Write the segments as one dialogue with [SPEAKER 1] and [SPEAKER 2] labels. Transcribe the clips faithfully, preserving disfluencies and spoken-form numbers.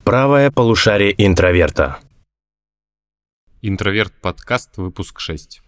[SPEAKER 1] Правое полушарие интроверта.
[SPEAKER 2] Интроверт подкаст, выпуск шесть.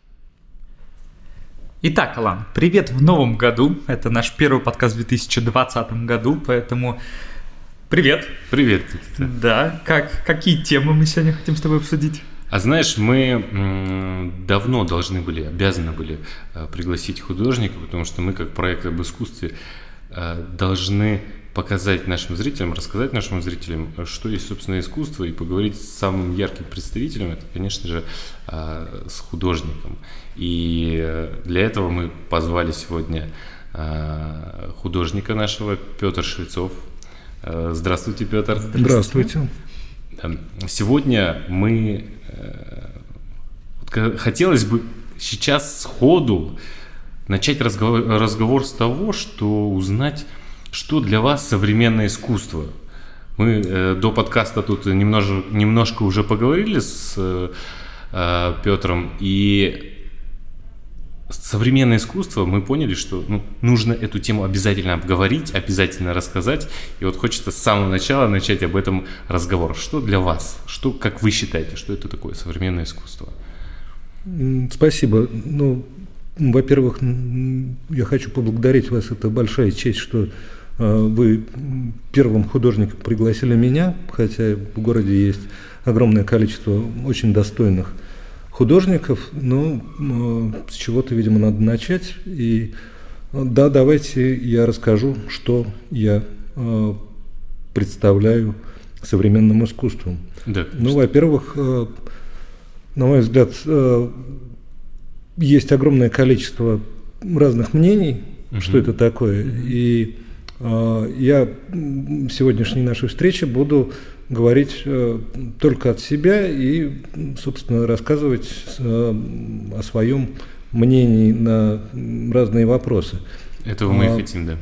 [SPEAKER 3] Итак, Алан, привет в новом году. Это наш первый подкаст в две тысячи двадцатом году, поэтому привет.
[SPEAKER 2] Привет.
[SPEAKER 3] Да, как, какие темы мы сегодня хотим с тобой обсудить?
[SPEAKER 2] А знаешь, мы м, давно должны были, обязаны были э, пригласить художника, потому что мы, как проект об искусстве, э, должны показать нашим зрителям, рассказать нашим зрителям, что есть, собственно, искусство, и поговорить с самым ярким представителем, это, конечно же, э, с художником. И э, для этого мы позвали сегодня э, художника нашего, Петр Швецов. Э, здравствуйте, Петр.
[SPEAKER 4] Здравствуйте.
[SPEAKER 2] Сегодня мы э, хотелось бы сейчас сходу начать разговор, разговор с того, что узнать, что для вас современное искусство. Мы э, до подкаста тут немножко, немножко уже поговорили с э, Петром, и современное искусство, мы поняли, что ну, нужно эту тему обязательно обговорить, обязательно рассказать. И вот хочется с самого начала начать об этом разговор. Что для вас? Что, как вы считаете, что это такое современное искусство?
[SPEAKER 4] Спасибо. Ну, во-первых, я хочу поблагодарить вас. Это большая честь, что вы первым художником пригласили меня, хотя в городе есть огромное количество очень достойных художников, но с чего-то, видимо, надо начать. И да, давайте я расскажу, что я э, представляю современным искусством.
[SPEAKER 2] Да,
[SPEAKER 4] ну, во-первых, э, на мой взгляд, э, есть огромное количество разных мнений, угу. что это такое. И э, я в сегодняшней нашей встрече буду говорить э, только от себя и, собственно, рассказывать э, о своем мнении на разные вопросы.
[SPEAKER 2] Этого мы
[SPEAKER 4] а,
[SPEAKER 2] и хотим, да.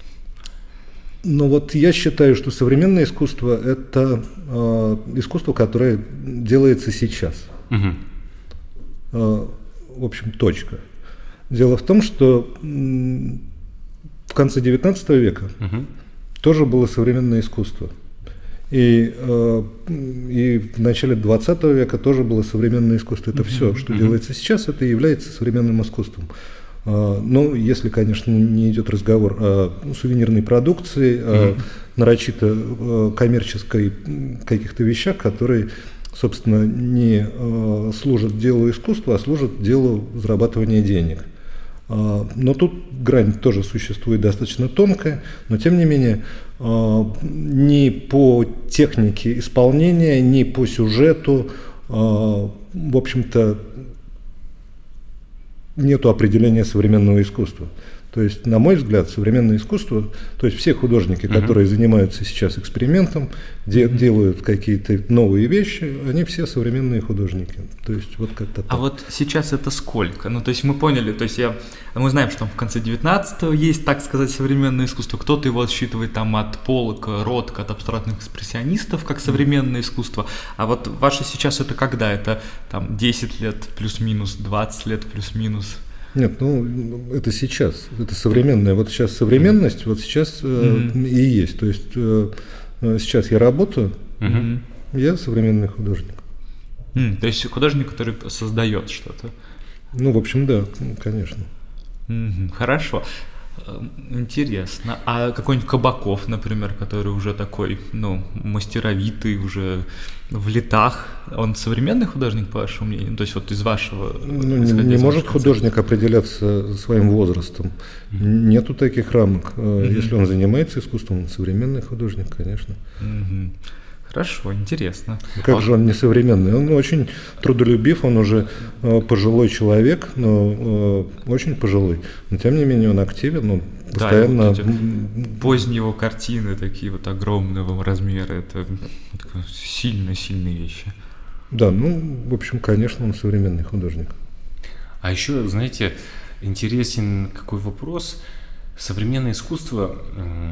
[SPEAKER 4] Но вот я считаю, что современное искусство – это э, искусство, которое делается сейчас.
[SPEAKER 2] Угу.
[SPEAKER 4] Э, в общем, точка. Дело в том, что м, в конце девятнадцатого века угу. тоже было современное искусство. И, э, и в начале двадцатого века тоже было современное искусство. Это uh-huh, все, что uh-huh. делается сейчас, это и является современным искусством. Э, ну, если, конечно, не идет разговор о сувенирной продукции, uh-huh. о нарочито э, коммерческой каких-то вещах, которые, собственно, не э, служат делу искусства, а служат делу зарабатывания денег. Но тут грань тоже существует достаточно тонкая, но тем не менее ни по технике исполнения, ни по сюжету, в общем-то, нету определения современного искусства. То есть, на мой взгляд, современное искусство, то есть все художники, uh-huh. которые занимаются сейчас экспериментом, де- uh-huh. делают какие-то новые вещи, они все современные художники. То есть вот как-то так.
[SPEAKER 3] А вот сейчас это сколько? Ну, то есть мы поняли, то есть я, мы знаем, что там в конце девятнадцатого есть, так сказать, современное искусство. Кто-то его отсчитывает там от Поллока, Ротко, от абстрактных экспрессионистов, как современное искусство. А вот ваше сейчас это когда? Это там десять лет плюс-минус, двадцать лет плюс-минус?
[SPEAKER 4] Нет, ну это сейчас, это современное. Вот сейчас современность, вот сейчас mm-hmm. э, и есть. То есть э, сейчас я работаю, mm-hmm. я современный художник.
[SPEAKER 3] Mm, то есть художник, который создает что-то.
[SPEAKER 4] Ну, в общем, да, конечно.
[SPEAKER 3] Mm-hmm. Хорошо. Интересно. А какой-нибудь Кабаков, например, который уже такой, ну, мастеровитый, уже в летах, он современный художник, по вашему мнению? То есть вот из вашего...
[SPEAKER 4] Ну, не не может художник определяться своим возрастом. Mm-hmm. Нету таких рамок. Mm-hmm. Если он занимается искусством, он современный художник, конечно.
[SPEAKER 3] Mm-hmm. Хорошо, интересно.
[SPEAKER 4] Как а же он не современный? Он очень трудолюбив, он уже э, пожилой человек, но э, очень пожилой. Но тем не менее он активен, он постоянно...
[SPEAKER 3] Да, вот поздние его картины, такие вот огромного размера, это сильно-сильные вещи.
[SPEAKER 4] Да, ну, в общем, конечно, он современный художник.
[SPEAKER 2] А еще, знаете, интересен какой вопрос. Современное искусство...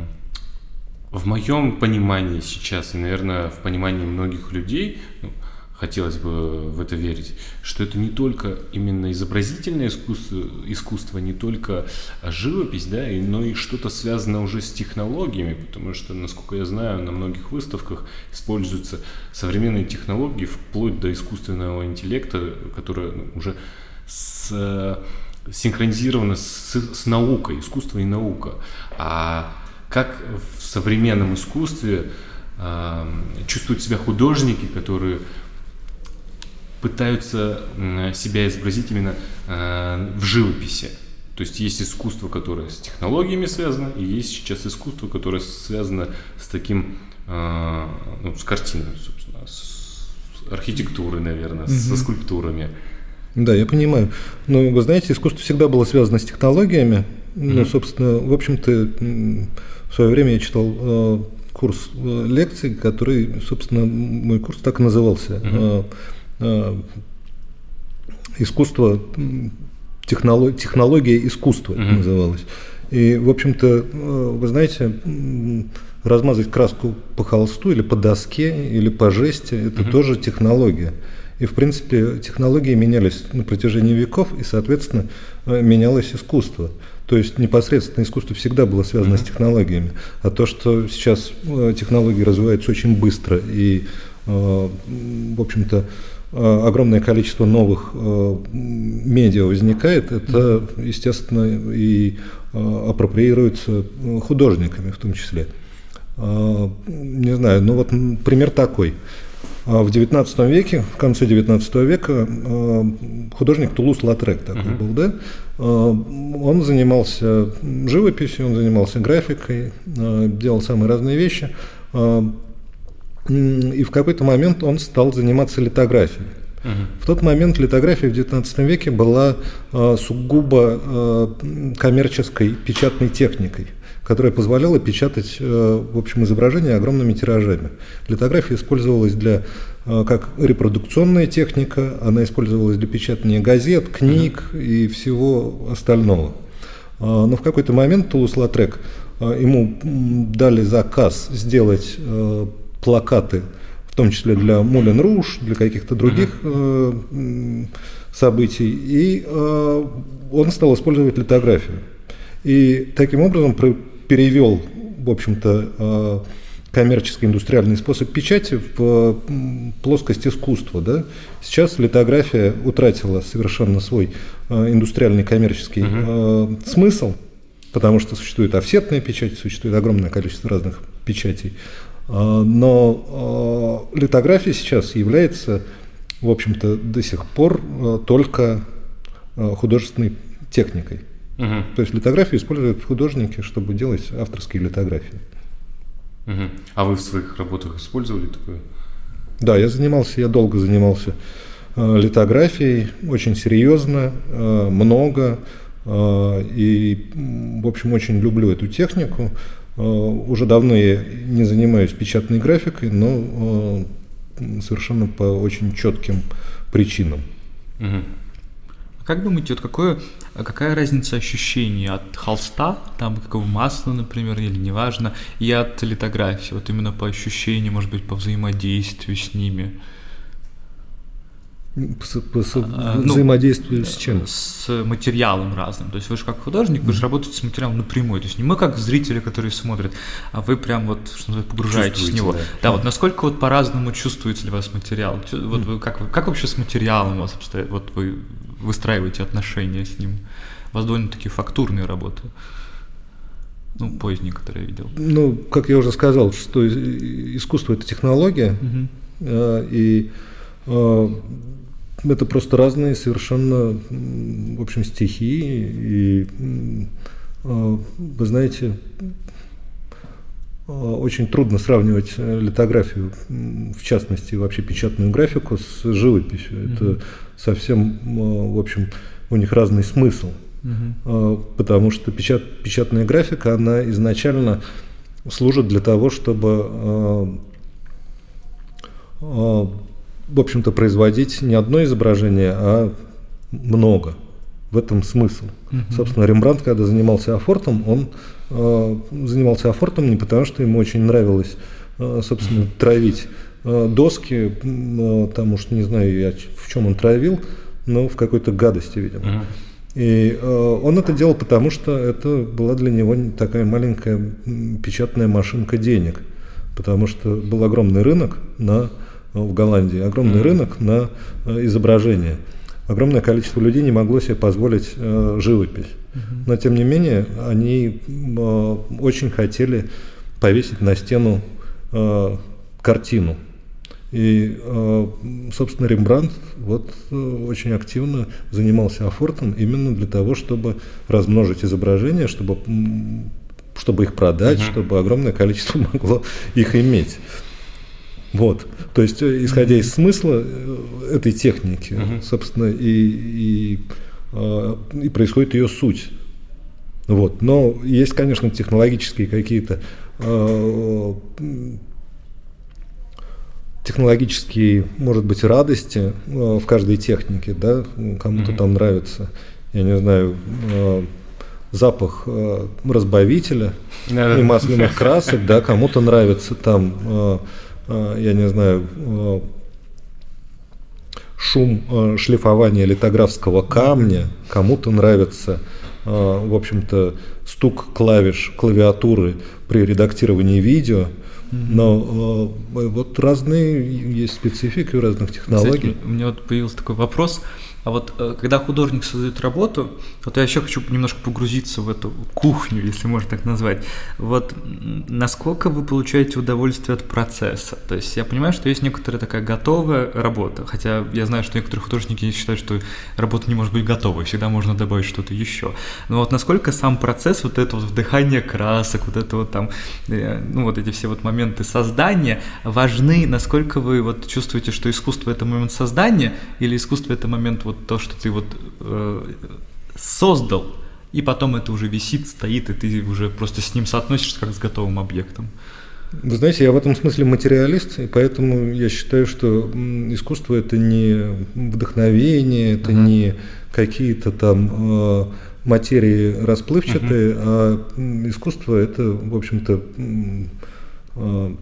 [SPEAKER 2] В моем понимании сейчас, и, наверное, в понимании многих людей, ну, хотелось бы в это верить, что это не только именно изобразительное искусство, искусство не только живопись, да, но и что-то связано уже с технологиями, потому что, насколько я знаю, на многих выставках используются современные технологии вплоть до искусственного интеллекта, которое уже с, синхронизировано с, с наукой, искусство и наука. А как в современном искусстве э, чувствуют себя художники, которые пытаются себя изобразить именно э, в живописи. То есть есть искусство, которое с технологиями связано, и есть сейчас искусство, которое связано с таким, э, ну, с картинами, собственно, с архитектурой, наверное, mm-hmm. со скульптурами.
[SPEAKER 4] Да, я понимаю. Но вы знаете, искусство всегда было связано с технологиями. Mm-hmm. Ну, собственно, в общем-то, в свое время я читал э, курс э, лекций, который, собственно, мой курс так и назывался. Mm-hmm. Искусство, технолог, технология искусства mm-hmm. называлась. И, в общем-то, вы знаете, размазать краску по холсту или по доске, или по жести – это mm-hmm. тоже технология. И, в принципе, технологии менялись на протяжении веков, и, соответственно, менялось искусство. То есть непосредственно искусство всегда было связано mm-hmm. с технологиями. А то, что сейчас технологии развиваются очень быстро, и, в общем-то, огромное количество новых э, медиа возникает, это, естественно, и э, апроприируется художниками в том числе. Э, не знаю, ну вот пример такой. В девятнадцатом веке, в конце девятнадцатого века, э, художник Тулус-Латрек такой uh-huh. был, да? Э, он занимался живописью, он занимался графикой, э, делал самые разные вещи. Э, И в какой-то момент он стал заниматься литографией. Uh-huh. В тот момент литография в девятнадцатом веке была э, сугубо э, коммерческой печатной техникой, которая позволяла печатать э, в общем, изображения огромными тиражами. Литография использовалась для, э, как репродукционная техника, она использовалась для печатания газет, книг uh-huh. и всего остального. Э, но в какой-то момент Тулус-Латрек, э, ему дали заказ сделать э, плакаты, в том числе для Мулен Руж, для каких-то других э, событий, и э, он стал использовать литографию. И таким образом перевел, в общем-то, э, коммерческий индустриальный способ печати в э, плоскость искусства. Да? Сейчас литография утратила совершенно свой э, индустриальный коммерческий э, смысл, потому что существует офсетная печать, существует огромное количество разных печатей. Но э, литография сейчас является, в общем-то, до сих пор э, только э, художественной техникой. Uh-huh. То есть литографию используют художники, чтобы делать авторские литографии.
[SPEAKER 2] Uh-huh. А вы в своих работах использовали такое?
[SPEAKER 4] Да, я занимался, я долго занимался э, литографией, очень серьезно, э, много, э, и, в общем, очень люблю эту технику. Уже давно я не занимаюсь печатной графикой, но совершенно по очень четким причинам.
[SPEAKER 3] Угу. А как думаете, вот какое, какая разница ощущений от холста, там какого масла, например, или неважно, и от литографии, вот именно по ощущению, может быть, по взаимодействию с ними?
[SPEAKER 4] По, по, по взаимодействию ну, с чем?
[SPEAKER 3] С материалом разным. То есть вы же как художник, вы же работаете с материалом напрямую. То есть не мы как зрители, которые смотрят, а вы прям вот что называется, погружаетесь в него. Да. да, вот насколько вот по-разному чувствуется для вас материал? Вот вы, как, как вообще с материалом у вас обстоит? Вот вы выстраиваете отношения с ним? У вас довольно-таки фактурные работы. Ну, поздние, которые я видел.
[SPEAKER 4] Ну, как я уже сказал, что искусство – это технология, угу. и это просто разные совершенно, в общем, стихии, и, вы знаете, очень трудно сравнивать литографию, в частности, вообще печатную графику с живописью. Mm-hmm. Это совсем, в общем, у них разный смысл, mm-hmm. потому что печат, печатная графика, она изначально служит для того, чтобы, в общем-то, производить не одно изображение, а много. В этом смысл. Uh-huh. Собственно, Рембрандт, когда занимался афортом, он э, занимался афортом не потому, что ему очень нравилось, э, собственно, травить доски, там уж не знаю, я в чем он травил, но в какой-то гадости, видимо. Uh-huh. И он это делал потому, что это была для него такая маленькая печатная машинка денег, потому что был огромный рынок на, в Голландии, огромный uh-huh. рынок на изображение. Огромное количество людей не могло себе позволить э, живопись. Uh-huh. Но, тем не менее, они э, очень хотели повесить на стену э, картину. И, э, собственно, Рембрандт вот, э, очень активно занимался афортом именно для того, чтобы размножить изображения, чтобы, чтобы их продать, uh-huh. чтобы огромное количество могло их иметь. Вот, то есть, исходя из смысла этой техники, uh-huh. собственно, и, и, и происходит ее суть. Вот. Но есть, конечно, технологические какие-то технологические, может быть, радости в каждой технике, да, кому-то uh-huh. там нравится, я не знаю, запах разбавителя uh-huh. и масляных красок, да, кому-то нравится там, я не знаю, шум шлифования литографского камня, кому-то нравится, в общем-то, стук клавиш клавиатуры при редактировании видео, но вот разные есть специфики у разных технологий.
[SPEAKER 3] Кстати, у меня вот появился такой вопрос. А вот когда художник создает работу, вот я еще хочу немножко погрузиться в эту кухню, если можно так назвать. Вот насколько вы получаете удовольствие от процесса? То есть я понимаю, что есть некоторая такая готовая работа, хотя я знаю, что некоторые художники считают, что работа не может быть готовой, всегда можно добавить что-то еще. Но вот насколько сам процесс, вот это вот вдыхание красок, вот это вот там, ну вот эти все вот моменты создания важны, насколько вы вот чувствуете, что искусство – это момент создания или искусство – это момент вот то, что ты вот э, создал, и потом это уже висит, стоит, и ты уже просто с ним соотносишься как с готовым объектом.
[SPEAKER 4] Вы знаете, я в этом смысле материалист, и поэтому я считаю, что искусство – это не вдохновение, это uh-huh. не какие-то там э, материи расплывчатые, uh-huh. а искусство – это, в общем-то, э,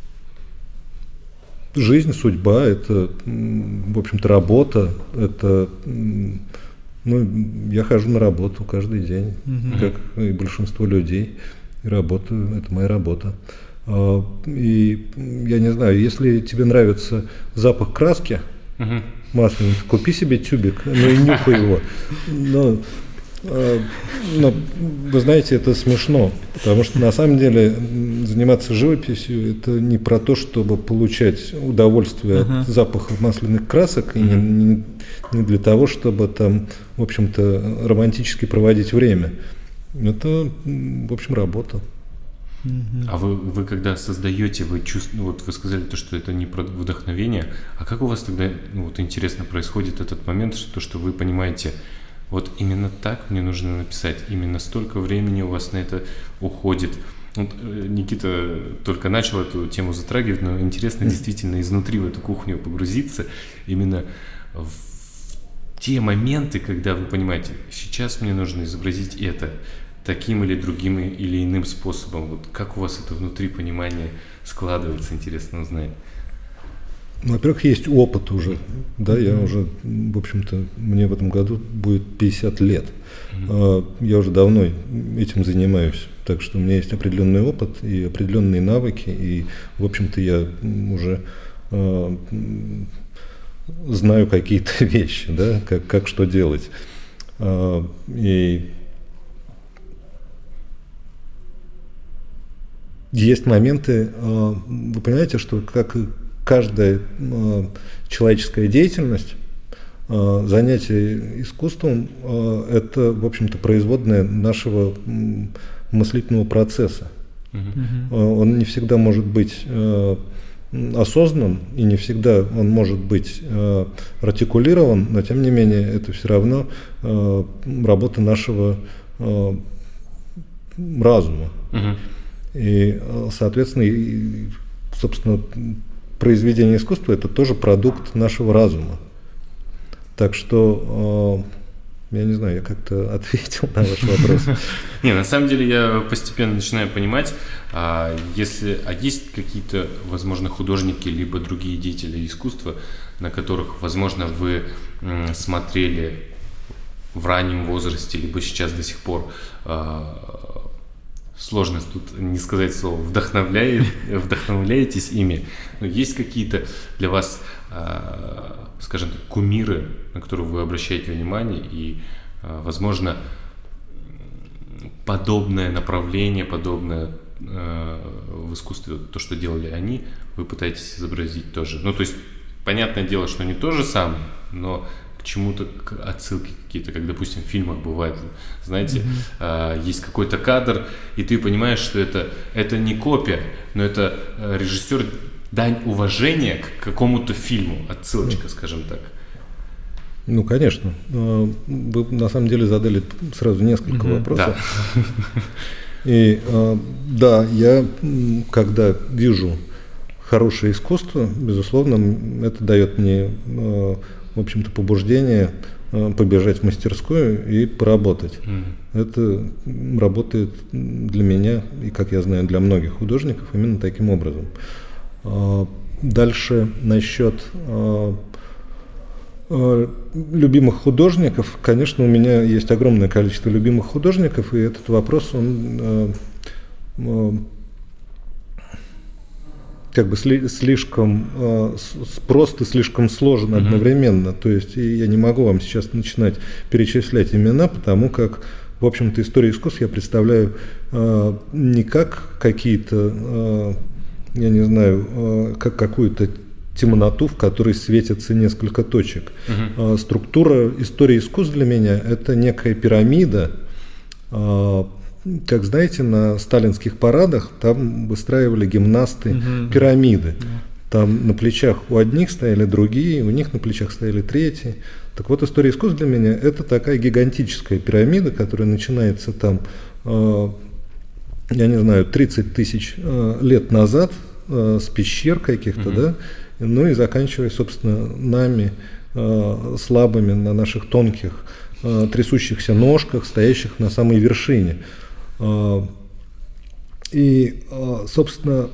[SPEAKER 4] жизнь, судьба, это, в общем-то, работа, это, ну, я хожу на работу каждый день, mm-hmm. как и большинство людей, и работаю, это моя работа. И я не знаю, если тебе нравится запах краски mm-hmm. масляной, купи себе тюбик, ну и нюхай его. Но, но, вы знаете, это смешно, потому что на самом деле заниматься живописью – это не про то, чтобы получать удовольствие uh-huh. от запаха масляных красок, uh-huh. и не, не, не для того, чтобы там, в общем-то, романтически проводить время. Это, в общем, работа.
[SPEAKER 2] Uh-huh. А вы, вы когда создаете, вы чувствуете, вот вы сказали то, что это не про вдохновение, а как у вас тогда, ну, вот интересно, происходит этот момент, что, что вы понимаете, вот именно так мне нужно написать, именно столько времени у вас на это уходит. Вот Никита только начал эту тему затрагивать, но интересно действительно изнутри в эту кухню погрузиться, именно в те моменты, когда вы понимаете, сейчас мне нужно изобразить это таким или другим или иным способом. Вот как у вас это внутри понимание складывается, интересно узнать.
[SPEAKER 4] Во-первых, есть опыт уже, да, mm-hmm. я уже, в общем-то, мне в этом году будет пятьдесят лет, mm-hmm. я уже давно этим занимаюсь, так что у меня есть определенный опыт и определенные навыки, и, в общем-то, я уже э, знаю какие-то вещи, да, как, как что делать, э, и есть моменты, э, вы понимаете, что как каждая э, человеческая деятельность, э, занятие искусством, э, это, в общем-то, производное нашего э, мыслительного процесса. Uh-huh. Э, он не всегда может быть э, осознан, и не всегда он может быть э, артикулирован, но, тем не менее, это все равно э, работа нашего э, разума. Uh-huh. И, соответственно, и, собственно, произведение искусства – это тоже продукт нашего разума. Так что Я не знаю, я как-то ответил на ваш вопрос.
[SPEAKER 2] Не, на самом деле я постепенно начинаю понимать, а если, а есть какие-то, возможно, художники либо другие деятели искусства, на которых, возможно, вы смотрели в раннем возрасте, либо сейчас до сих пор, сложно тут не сказать слово, вдохновляет, вдохновляетесь ими, но есть какие-то для вас, скажем так, кумиры, на которые вы обращаете внимание, и, возможно, подобное направление, подобное в искусстве, то, что делали они, вы пытаетесь изобразить тоже. Ну, то есть, понятное дело, что не то же самое, но к чему-то, к отсылке какие-то, как, допустим, в фильмах бывает, знаете, mm-hmm. э, есть какой-то кадр, и ты понимаешь, что это, это не копия, но это режиссер дань уважения к какому-то фильму, отсылочка, mm-hmm. скажем так.
[SPEAKER 4] Ну, конечно. Вы на самом деле задали сразу несколько mm-hmm. вопросов. Да. И да, я, когда вижу хорошее искусство, безусловно, это дает мне, в общем-то, побуждение побежать в мастерскую и поработать. Mm. Это работает для меня, и, как я знаю, для многих художников именно таким образом. Дальше насчет любимых художников. Конечно, у меня есть огромное количество любимых художников, и этот вопрос, он как бы слишком просто, слишком сложен одновременно. Mm-hmm. То есть я не могу вам сейчас начинать перечислять имена, потому как, в общем-то, историю искусства я представляю не как какие-то, я не знаю, как какую-то темноту, в которой светятся несколько точек. Uh-huh. Структура истории искусств для меня – это некая пирамида. Как знаете, на сталинских парадах там выстраивали гимнасты uh-huh. пирамиды. Uh-huh. Там на плечах у одних стояли другие, у них на плечах стояли третьи. Так вот, история искусств для меня – это такая гигантическая пирамида, которая начинается там, я не знаю, тридцать тысяч лет назад с пещер каких-то, uh-huh. да, ну и заканчивая, собственно, нами, э, слабыми на наших тонких, э, трясущихся ножках, стоящих на самой вершине. Э, и, э, собственно,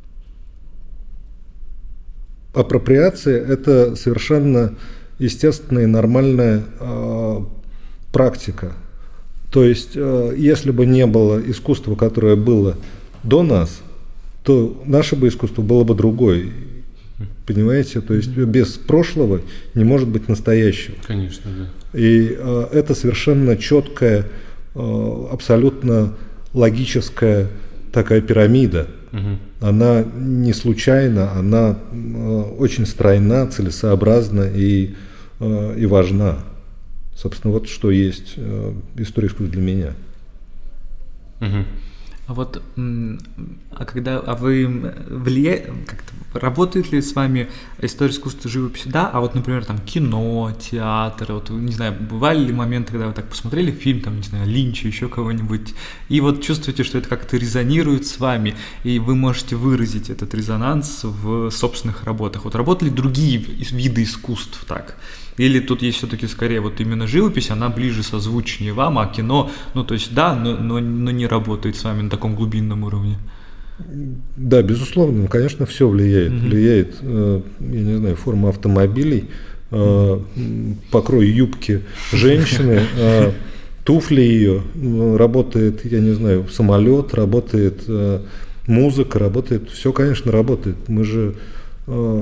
[SPEAKER 4] апроприация – это совершенно естественная и нормальная э, практика. То есть, э, если бы не было искусства, которое было до нас, то наше бы искусство было бы другое. Понимаете? То есть без прошлого не может быть настоящего.
[SPEAKER 2] Конечно, да.
[SPEAKER 4] И э, это совершенно четкая, э, абсолютно логическая такая пирамида. Угу. Она не случайна, она э, очень стройна, целесообразна и, э, и важна. Собственно, вот что есть э, история искусства для меня.
[SPEAKER 3] Угу. А вот, а когда, а вы влияете, как-то работает ли с вами история искусства, живописи? Да, а вот, например, там кино, театр, вот, не знаю, бывали ли моменты, когда вы так посмотрели фильм, там, не знаю, Линча, еще кого-нибудь, и вот чувствуете, что это как-то резонирует с вами, и вы можете выразить этот резонанс в собственных работах. Вот работали другие виды искусств так? Или тут есть все-таки скорее вот именно живопись, она ближе, созвучнее вам, а кино, ну то есть да, но, но, но не работает с вами на таком глубинном уровне?
[SPEAKER 4] Да, безусловно, конечно, все влияет. Mm-hmm. Влияет, э, я не знаю, форма автомобилей, э, mm-hmm. покрой юбки женщины, э, туфли ее, работает, я не знаю, самолет, работает э, музыка, работает, все, конечно, работает. Мы же... Э,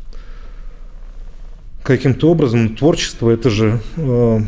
[SPEAKER 4] Каким-то образом творчество – это же э,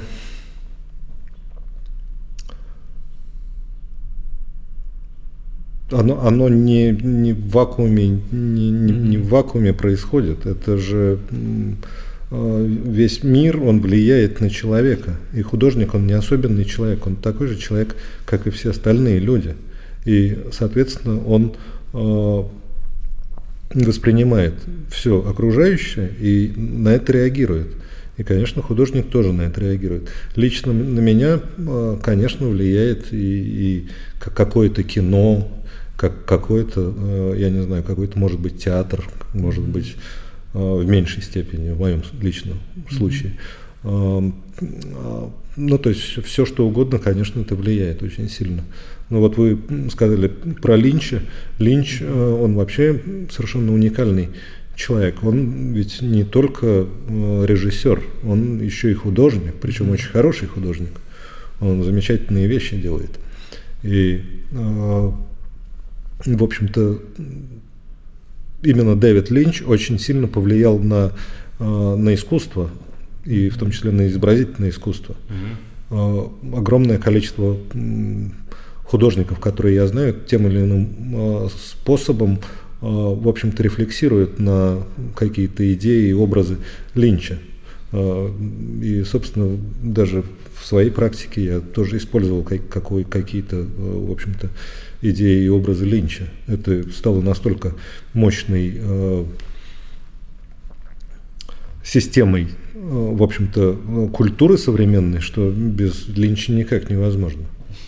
[SPEAKER 4] оно, оно не, не в вакууме, не, не, не в вакууме происходит. Это же э, весь мир, он влияет на человека. И художник, он не особенный человек, он такой же человек, как и все остальные люди. И, соответственно, он э, воспринимает все окружающее и на это реагирует. И, конечно, художник тоже на это реагирует. Лично на меня, конечно, влияет и, и какое-то кино, как какой-то, я не знаю, какой-то, может быть, театр, может быть, в меньшей степени, в моем личном случае. Ну, то есть все, что угодно, конечно, это влияет очень сильно. Но вот вы сказали про Линча. Линч, он вообще совершенно уникальный человек. Он ведь не только режиссер, он еще и художник, причем очень хороший художник. Он замечательные вещи делает. И, в общем-то, именно Дэвид Линч очень сильно повлиял на, на искусство, и в том числе на изобразительное искусство. Mm-hmm. Огромное количество художников, которые я знаю, тем или иным способом, в общем-то, рефлексируют на какие-то идеи и образы Линча. И, собственно, даже в своей практике я тоже использовал какой, какие-то, в общем-то, идеи и образы Линча. Это стало настолько мощной системой, в общем-то, культуры современной, что без Линча никак невозможно.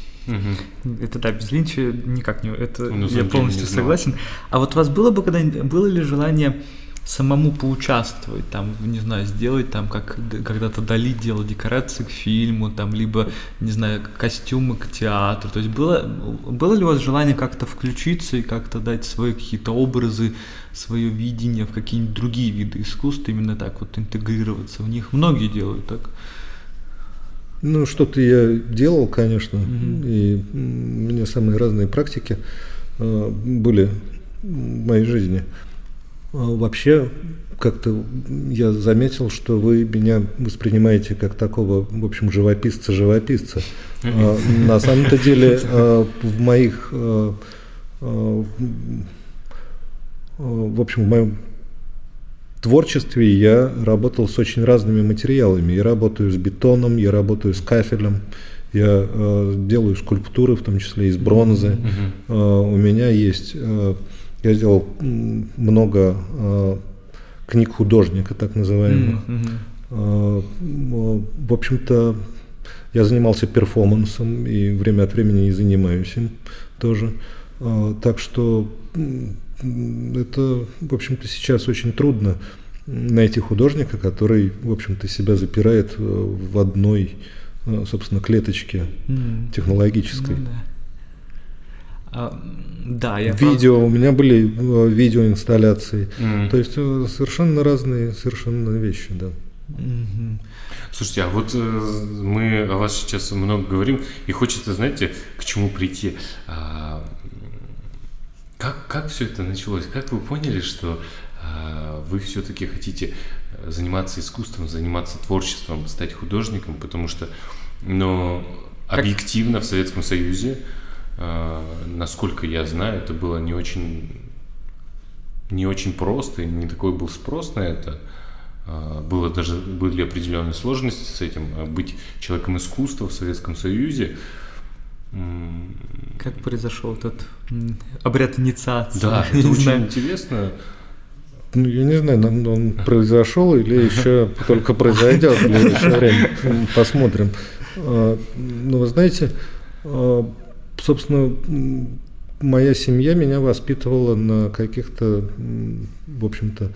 [SPEAKER 3] Это да, без Линча никак не... Это ну, я полностью согласен. А вот у вас было бы когда было ли желание самому поучаствовать, там, не знаю, сделать там, как когда-то Дали делал декорации к фильму, там, либо, не знаю, костюмы к театру. То есть было, было ли у вас желание как-то включиться и как-то дать свои какие-то образы, свое видение в какие-нибудь другие виды искусств, именно так вот интегрироваться в них? Многие делают так.
[SPEAKER 4] Ну, что-то я делал, конечно, mm-hmm. и у меня самые разные практики э, были в моей жизни. Вообще, как-то я заметил, что вы меня воспринимаете как такого, в общем, живописца-живописца. Mm-hmm. На самом-то деле, в моих, в общем, в моем творчестве я работал с очень разными материалами. Я работаю с бетоном, я работаю с кафелем, я делаю скульптуры, в том числе из бронзы. Mm-hmm. У меня есть... Я сделал много э, книг художника, так называемых. Mm-hmm. Э, в общем-то, я занимался перформансом и время от времени и занимаюсь им тоже. Э, так что это, в общем-то, сейчас очень трудно найти художника, который, в общем-то, себя запирает в одной, собственно, клеточке mm-hmm. технологической. Mm-hmm.
[SPEAKER 3] А, да, я
[SPEAKER 4] видео, просто... у меня были видеоинсталляции, mm. то есть совершенно разные совершенно вещи, да.
[SPEAKER 2] Mm-hmm. Слушайте, а вот э, мы о вас сейчас много говорим, и хочется, знаете, к чему прийти. А, как, как все это началось? Как вы поняли, что а, вы все-таки хотите заниматься искусством, заниматься творчеством, стать художником, потому что, ну, объективно в Советском Союзе, Uh, насколько я знаю, это было не очень, не очень просто, и не такой был спрос на это. Uh, было даже, были определенные сложности с этим. Быть человеком искусства в Советском Союзе.
[SPEAKER 3] Как произошел этот обряд инициации?
[SPEAKER 2] Да, это очень интересно.
[SPEAKER 4] Ну, я не знаю, он произошел или еще только произойдет в ближайшее время. Посмотрим. Ну, вы знаете, собственно, моя семья меня воспитывала на каких-то, в общем-то,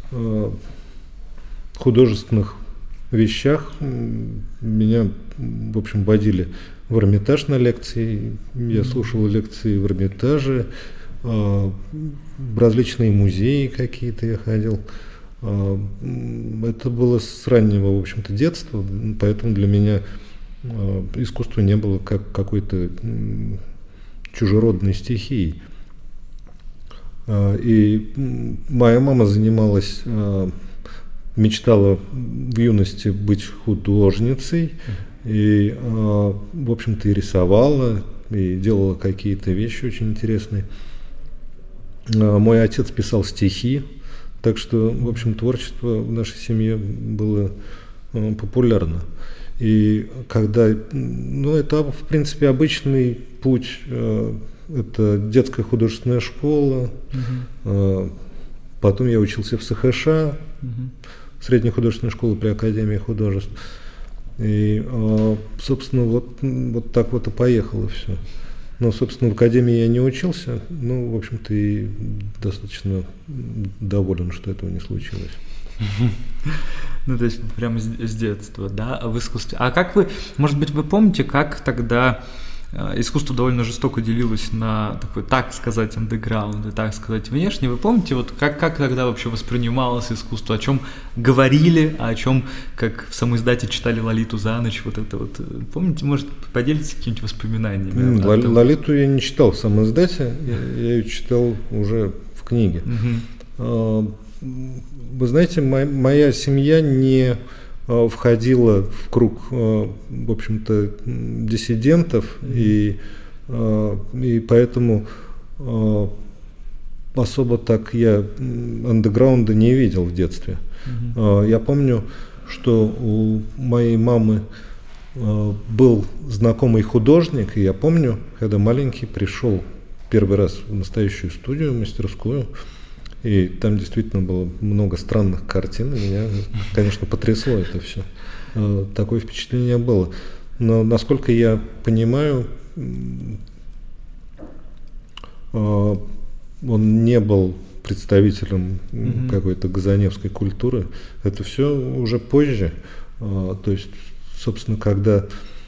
[SPEAKER 4] художественных вещах. Меня, в общем, водили в Эрмитаж на лекции. Я слушал лекции в Эрмитаже, в различные музеи какие-то я ходил. Это было с раннего, в общем-то, детства, поэтому для меня искусство не было как какой-то чужеродной стихией. И моя мама занималась, мечтала в юности быть художницей, и, в общем-то, и рисовала, и делала какие-то вещи очень интересные. Мой отец писал стихи, так что, в общем, творчество в нашей семье было популярно. И когда, ну, это, в принципе, обычный путь, это детская художественная школа, uh-huh. потом я учился в СХШ, uh-huh. средняя художественная школа при Академии художеств. И, собственно, вот, вот так вот и поехало все. Но, собственно, в Академии я не учился, ну, в общем-то, и достаточно доволен, что этого не случилось.
[SPEAKER 3] Ну, то есть прямо с, с детства, да, в искусстве. А как вы, может быть, вы помните, как тогда э, искусство довольно жестоко делилось на такой, так сказать, андеграунд и так сказать, внешне? Вы помните, вот как, как тогда вообще воспринималось искусство, о чем говорили, а о чем, как в самоиздате читали Лолиту за ночь, вот это вот, помните, может, поделитесь какими-нибудь воспоминаниями?
[SPEAKER 4] Л- Лолиту я не читал в самоиздате, я, я ее читал уже в книге. Угу. Вы знаете, моя, моя семья не э, входила в круг, э, в общем-то, диссидентов, mm-hmm. и, э, и поэтому э, особо так я андеграунда не видел в детстве. Mm-hmm. Э, я помню, что у моей мамы э, был знакомый художник, и я помню, когда маленький пришел первый раз в настоящую студию, мастерскую, и там действительно было много странных картин. Меня, конечно, потрясло это все. Такое впечатление было. Но, насколько я понимаю, он не был представителем mm-hmm. какой-то газаневской культуры. Это все уже позже. То есть, собственно, когда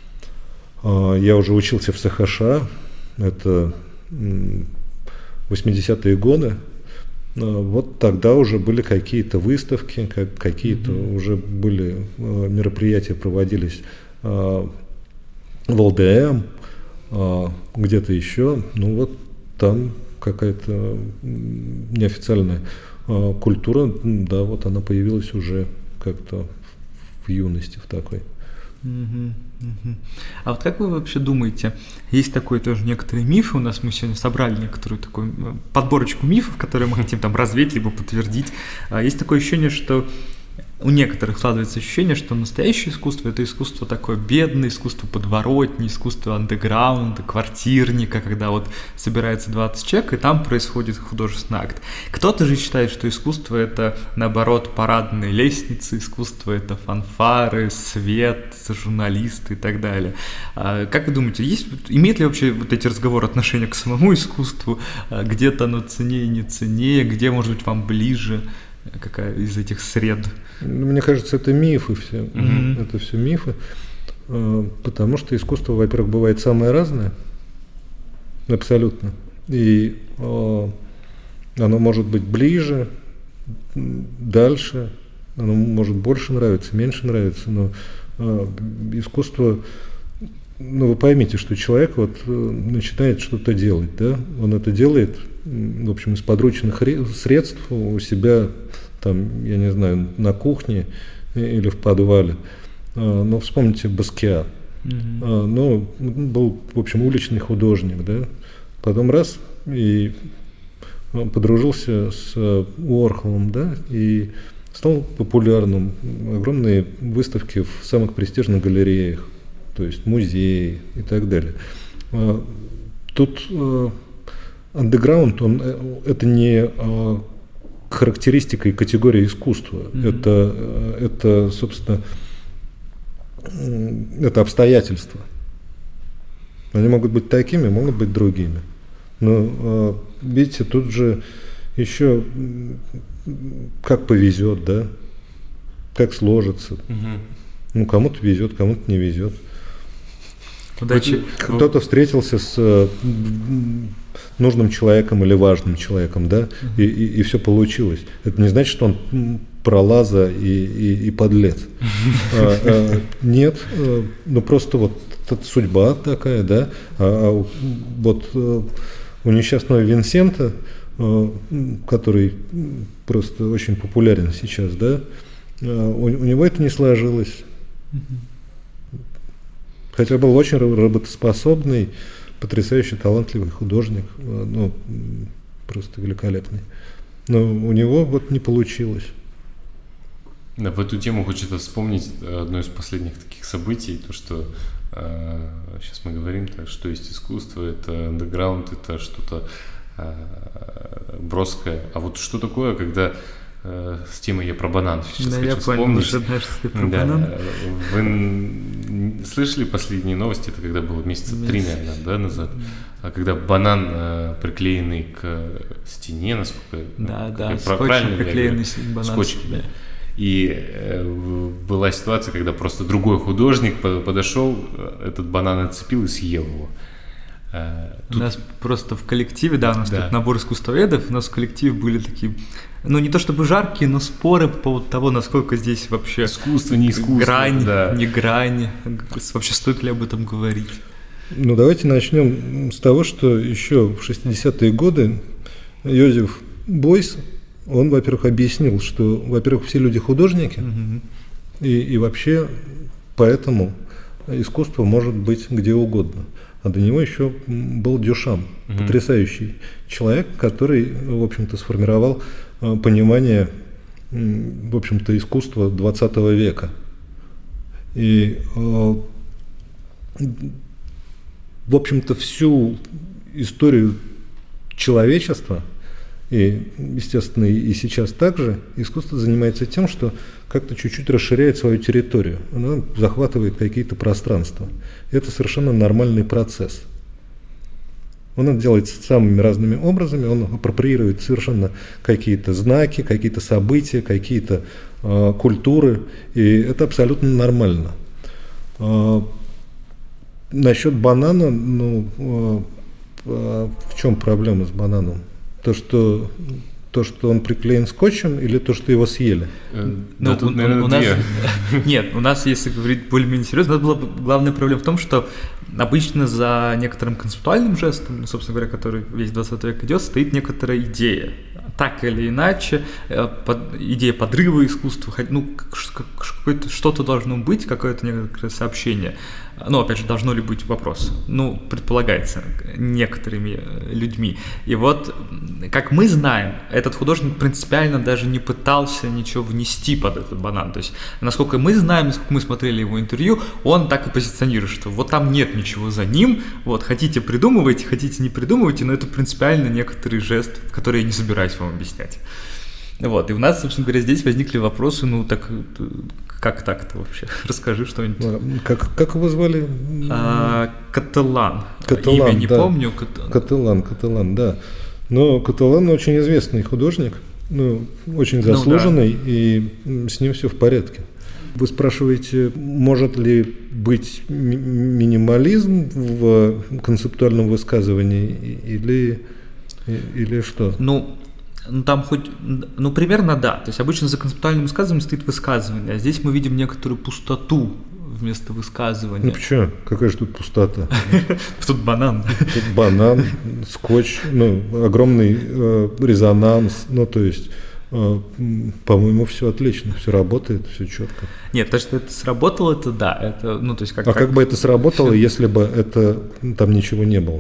[SPEAKER 4] я уже учился в СХШ, это восьмидесятые годы, вот тогда уже были какие-то выставки, как, какие-то mm-hmm. уже были э, мероприятия проводились э, в ЛДМ, э, где-то еще. Ну вот там какая-то неофициальная э, культура, да, вот она появилась уже как-то в юности в такой.
[SPEAKER 3] Mm-hmm. Uh-huh. А вот как вы вообще думаете, есть такой тоже некоторые мифы, у нас мы сегодня собрали некоторую такую подборочку мифов, которые мы хотим там развеять, либо подтвердить. Есть такое ощущение, что у некоторых складывается ощущение, что настоящее искусство – это искусство такое бедное, искусство подворотни, искусство андеграунда, квартирника, когда вот собирается двадцать человек, и там происходит художественный акт. Кто-то же считает, что искусство – это, наоборот, парадные лестницы, искусство – это фанфары, свет, журналисты и так далее. А как вы думаете, есть, имеет ли вообще вот эти разговоры отношение к самому искусству? Где-то оно ценнее, не ценнее, где, может быть, вам ближе? Какая из этих сред?
[SPEAKER 4] Мне кажется, это мифы все. Mm-hmm. Это все мифы. Потому что искусство, во-первых, бывает самое разное. Абсолютно. И оно может быть ближе, дальше. Оно может больше нравиться, меньше нравиться. Но искусство... Ну, вы поймите, что человек вот начинает что-то делать, да? Он это делает, в общем, из подручных средств у себя, там, я не знаю, на кухне или в подвале. Но вспомните Баскиат. Mm-hmm. Ну, был, в общем, уличный художник, да? Потом раз и подружился с Уорхолом, да? И стал популярным. Огромные выставки в самых престижных галереях, то есть музеи и так далее. Тут андеграунд, он, это не характеристика и категория искусства, mm-hmm. это, это, собственно, это обстоятельства. Они могут быть такими, могут быть другими. Но, видите, тут же еще как повезет, да, как сложится. Mm-hmm. Ну, кому-то везет, кому-то не везет.
[SPEAKER 3] Удачи.
[SPEAKER 4] Кто-то встретился с нужным человеком или важным человеком, да, uh-huh. и, и, и все получилось. Это не значит, что он пролаза и, и, и подлец. А, а, нет, ну просто вот это судьба такая, да. А, а вот у несчастного Винсента, который просто очень популярен сейчас, да, у, у него это не сложилось. Uh-huh. Хотя был очень работоспособный, потрясающе талантливый художник, ну, просто великолепный. Но у него вот не получилось.
[SPEAKER 2] Да, в эту тему хочется вспомнить одно из последних таких событий, то, что э, сейчас мы говорим, так, что есть искусство, это андеграунд, это что-то э, броское. А вот что такое, когда э, с темой я про банан сейчас
[SPEAKER 3] да,
[SPEAKER 2] хочу
[SPEAKER 3] я
[SPEAKER 2] вспомнить.
[SPEAKER 3] Понял, что знаешь, что ты про
[SPEAKER 2] да,
[SPEAKER 3] банан.
[SPEAKER 2] Вы слышали последние новости, это когда было месяца три, наверное, да, назад, когда банан э, приклеенный к стене, насколько
[SPEAKER 3] да,
[SPEAKER 2] ну,
[SPEAKER 3] да,
[SPEAKER 2] скотчем
[SPEAKER 3] приклеенный банан.
[SPEAKER 2] Скотчем, да. И э, была ситуация, когда просто другой художник подошел, этот банан отцепил и съел его.
[SPEAKER 3] Тут... У нас просто в коллективе, да, у нас да. тут набор искусствоведов, у нас в коллективе были такие, ну не то чтобы жаркие, но споры по поводу того, насколько здесь вообще
[SPEAKER 2] искусство, не искусство,
[SPEAKER 3] грань,
[SPEAKER 2] да.
[SPEAKER 3] не грань, вообще стоит ли об этом говорить.
[SPEAKER 4] Ну давайте начнем с того, что еще в шестидесятые годы Йозеф Бойс, он, во-первых, объяснил, что, во-первых, все люди художники, угу. и, и вообще поэтому искусство может быть где угодно. А до него еще был Дюшам, угу. потрясающий человек, который, в общем-то, сформировал понимание, в общем-то, искусства двадцатого века. И, в общем-то, всю историю человечества, и, естественно, и сейчас также, искусство занимается тем, что как-то чуть-чуть расширяет свою территорию, оно захватывает какие-то пространства. Это совершенно нормальный процесс. Он это делает самыми разными образами, он апроприирует совершенно какие-то знаки, какие-то события, какие-то э, культуры, и это абсолютно нормально. Э, насчет банана, ну, э, э, в чем проблема с бананом? То, что, то, что он приклеен скотчем, или то, что его съели?
[SPEAKER 3] Ну, да, тут, у, наверное, у нас, нет, у нас, если говорить более-менее серьезно, у нас была главная проблема в том, что обычно за некоторым концептуальным жестом, собственно говоря, который весь двадцатый век идет, стоит некоторая идея. Так или иначе, под, идея подрыва искусства, ну, какое-то, что-то должно быть, какое-то некоторое сообщение. Ну, опять же, должно ли быть вопрос? Ну, предполагается некоторыми людьми. И вот, как мы знаем, этот художник принципиально даже не пытался ничего внести под этот банан. То есть, насколько мы знаем, насколько мы смотрели его интервью, он так и позиционирует, что вот там нет ничего за ним, вот, хотите придумывайте, хотите не придумывайте, но это принципиально некоторый жест, который я не собираюсь вам объяснять. Вот, и у нас, собственно говоря, здесь возникли вопросы, ну, так, как так-то вообще? Расскажи что-нибудь.
[SPEAKER 4] Как, как его звали?
[SPEAKER 3] А, Кателан.
[SPEAKER 4] Кателан,
[SPEAKER 3] имя не
[SPEAKER 4] да.
[SPEAKER 3] помню.
[SPEAKER 4] Кателан, Кателан, да. Но Кателан очень известный художник, ну, очень заслуженный, ну, да. И с ним все в порядке. Вы спрашиваете, может ли быть ми- минимализм в концептуальном высказывании или, или что?
[SPEAKER 3] Ну, Ну, там хоть, ну, примерно да. То есть обычно за концептуальным высказыванием стоит высказывание, а здесь мы видим некоторую пустоту вместо высказывания.
[SPEAKER 4] Ну, почему? Какая же тут пустота?
[SPEAKER 3] Тут банан.
[SPEAKER 4] Тут банан, скотч, ну, огромный э, резонанс, ну, то есть, э, по-моему, все отлично, все работает, все четко.
[SPEAKER 3] Нет, то, что это сработало, это да. Это, ну, то есть как,
[SPEAKER 4] а
[SPEAKER 3] как,
[SPEAKER 4] как бы это сработало, если бы это, там ничего не было?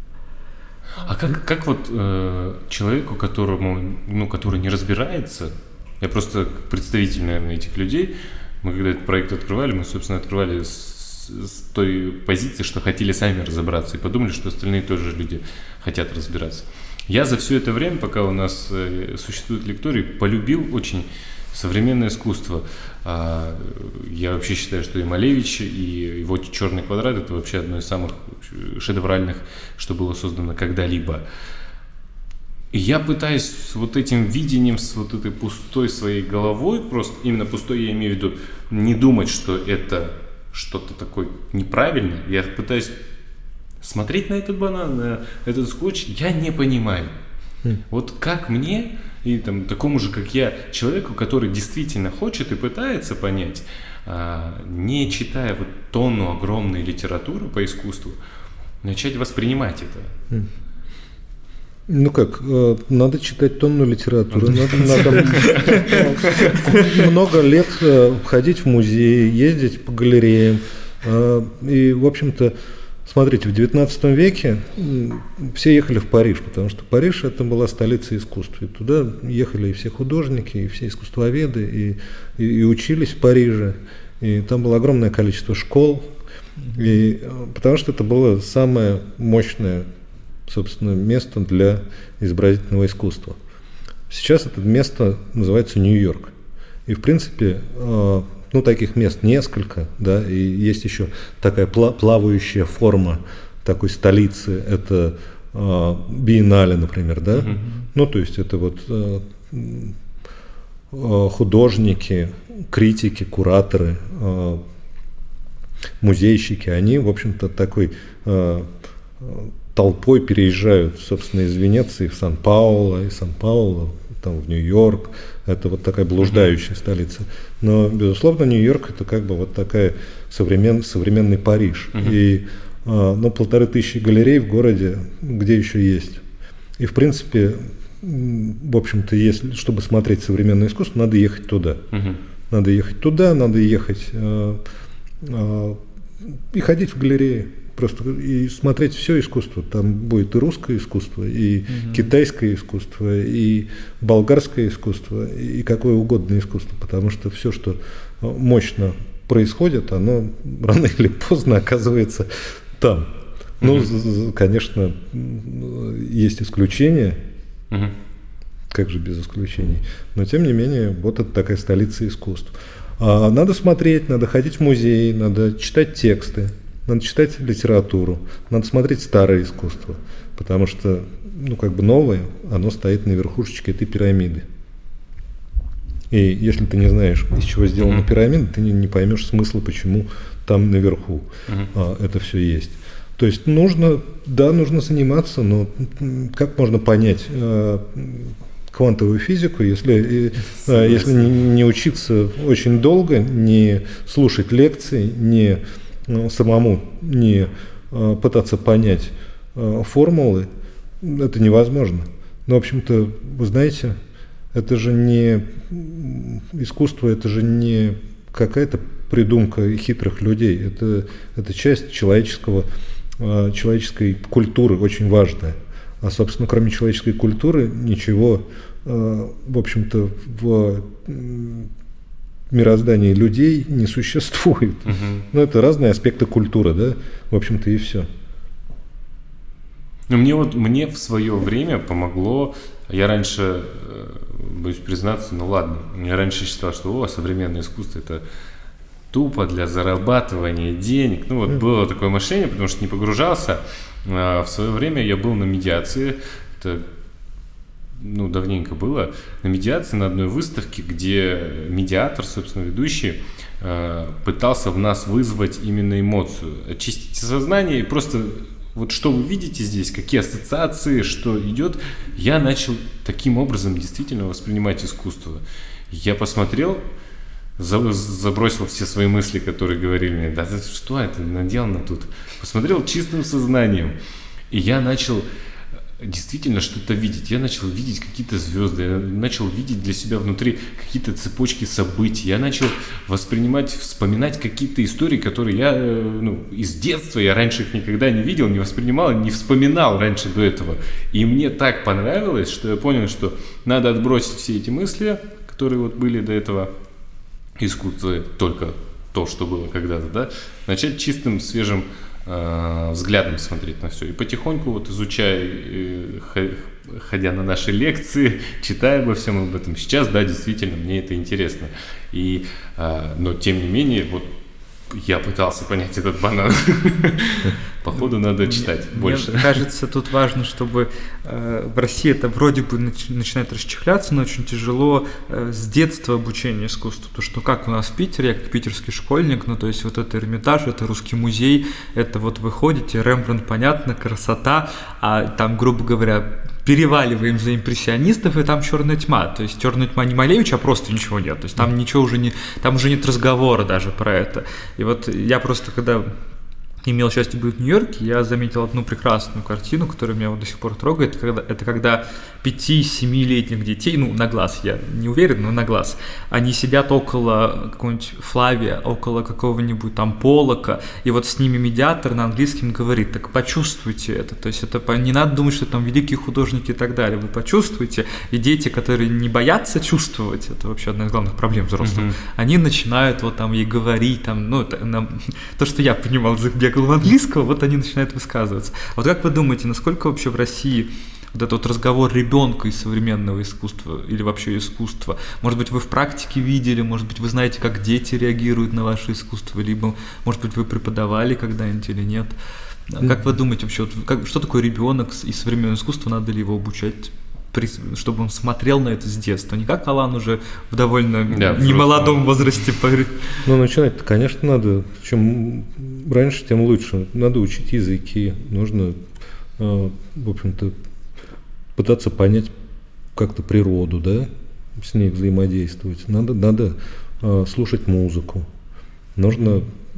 [SPEAKER 2] А как, как вот э, человеку, которому, ну, который не разбирается, я просто представитель, наверное, этих людей, мы когда этот проект открывали, мы, собственно, открывали с, с той позиции, что хотели сами разобраться, и подумали, что остальные тоже люди хотят разбираться. Я за все это время, пока у нас э, существует лекторий, полюбил очень современное искусство. А, я вообще считаю, что и Малевич, и его «Черный квадрат» — это вообще одно из самых шедевральных, что было создано когда-либо. И я пытаюсь с вот этим видением, с вот этой пустой своей головой, просто именно пустой я имею в виду, не думать, что это что-то такое неправильное. Я пытаюсь смотреть на этот банан, на этот скотч, я не понимаю. Mm. Вот как мне, и там, такому же, как я, человеку, который действительно хочет и пытается понять, а, не читая вот тонну огромной литературы по искусству, начать воспринимать это. Mm.
[SPEAKER 4] Ну как, надо читать тонну литературы, надо, надо много лет ходить в музеи, ездить по галереям. И, в общем-то, смотрите, в девятнадцатом веке все ехали в Париж, потому что Париж – это была столица искусства. И туда ехали и все художники, и все искусствоведы, и, и, и учились в Париже. И там было огромное количество школ, и, потому что это было самое мощное, собственно, место для изобразительного искусства. Сейчас это место называется Нью-Йорк. И, в принципе, ну, таких мест несколько, да, и есть еще такая плавающая форма такой столицы, это Биеннале, например, да, mm-hmm. ну, то есть это вот художники, критики, кураторы, музейщики, они, в общем-то, такой толпой переезжают, собственно, из Венеции в Сан-Пауло, из Сан-Пауло там, в Нью-Йорк. Это вот такая блуждающая столица. Но, безусловно, Нью-Йорк – это как бы вот такая современ, современный Париж. Uh-huh. И ну, полторы тысячи галерей в городе, где еще есть. И, в принципе, в общем-то, если, чтобы смотреть современное искусство, надо ехать туда. Uh-huh. Надо ехать туда, надо ехать э, э, и ходить в галереи. Просто и смотреть все искусство. Там будет и русское искусство, и угу. китайское искусство, и болгарское искусство, и какое угодно искусство. Потому что все, что мощно происходит, оно рано или поздно оказывается там. Угу. Ну, конечно, есть исключения. Угу. Как же без исключений? Но, тем не менее, вот это такая столица искусств. А надо смотреть, надо ходить в музей, надо читать тексты. Надо читать литературу, надо смотреть старое искусство, потому что, ну, как бы новое, оно стоит на верхушечке этой пирамиды. И если ты не знаешь, из чего сделана uh-huh. пирамида, ты не, не поймешь смысла, почему там наверху uh-huh. а, это все есть. То есть нужно, да, нужно заниматься, но как можно понять а, квантовую физику, если, а, если не, не учиться очень долго, не слушать лекции, не самому не а, пытаться понять а, формулы, это невозможно. Но, в общем-то, вы знаете, это же не искусство, это же не какая-то придумка хитрых людей, это, это часть человеческого, а, человеческой культуры, очень важная. А, собственно, кроме человеческой культуры, ничего, а, в общем-то, в мироздании людей не существует. Uh-huh. Ну, это разные аспекты культуры, да, в общем-то, и все.
[SPEAKER 2] Ну, мне вот, мне в свое время помогло, я раньше, боюсь признаться, ну ладно, я раньше считал, что о, современное искусство это тупо для зарабатывания денег. Ну, вот uh-huh. было такое мышление, потому что не погружался. В свое время я был на медиации, это ну, давненько было, на медиации на одной выставке, где медиатор, собственно, ведущий, э, пытался в нас вызвать именно эмоцию, очистить сознание и просто вот что вы видите здесь, какие ассоциации, что идет, я начал таким образом действительно воспринимать искусство. Я посмотрел, за, забросил все свои мысли, которые говорили мне, да что это наделано тут, посмотрел чистым сознанием, и я начал действительно что-то видеть. Я начал видеть какие-то звезды, я начал видеть для себя внутри какие-то цепочки событий, я начал воспринимать, вспоминать какие-то истории, которые я, ну, из детства, я раньше их никогда не видел, не воспринимал, не вспоминал раньше до этого. И мне так понравилось, что я понял, что надо отбросить все эти мысли, которые вот были до этого, искусство только то, что было когда-то, да, начать чистым, свежим взглядом смотреть на все. И потихоньку, вот изучая, ходя на наши лекции, читая обо всем об этом. Сейчас, да, действительно, мне это интересно. И, но, тем не менее, вот я пытался понять этот банан. Походу, надо читать больше.
[SPEAKER 3] Мне кажется, тут важно, чтобы э, в России это вроде бы нач- начинает расчехляться, но очень тяжело э, с детства обучение искусству. Потому что, ну, как у нас в Питере, я как питерский школьник, ну, то есть вот это Эрмитаж, это Русский музей, это вот вы ходите, Рембрандт, понятно, красота, а там, грубо говоря, переваливаем за импрессионистов, и там черная тьма. То есть черная тьма не Малевича, а просто ничего нет. То есть там ничего уже не, там уже нет разговора даже про это. И вот я просто, когда имел счастье быть в Нью-Йорке, я заметил одну прекрасную картину, которая меня вот до сих пор трогает. Это когда, это когда пяти-семилетних детей, ну, на глаз, я не уверен, но на глаз, они сидят около какого-нибудь Флавия, около какого-нибудь там Поллока, и вот с ними медиатор на английском говорит, так почувствуйте это. То есть это не надо думать, что там великие художники и так далее. Вы почувствуйте, и дети, которые не боятся чувствовать, это вообще одна из главных проблем взрослых, mm-hmm. они начинают вот там ей говорить, там, ну, это, на, то, что я понимал из их беглого английского, вот они начинают высказываться. Вот как вы думаете, насколько вообще в России вот этот вот разговор ребенка из современного искусства или вообще искусства, может быть, вы в практике видели, может быть, вы знаете, как дети реагируют на ваше искусство, либо, может быть, вы преподавали когда-нибудь или нет? Как вы думаете вообще, вот, как, что такое ребенок из современного искусства, надо ли его обучать? чтобы он смотрел на это с детства, не как Алан уже в довольно
[SPEAKER 2] да,
[SPEAKER 3] немолодом возрасте.
[SPEAKER 4] Ну, начинать-то, конечно, надо. Чем раньше, тем лучше. Надо учить языки, нужно, в общем-то, пытаться понять как-то природу, да, с ней взаимодействовать. Надо, надо слушать музыку, нужно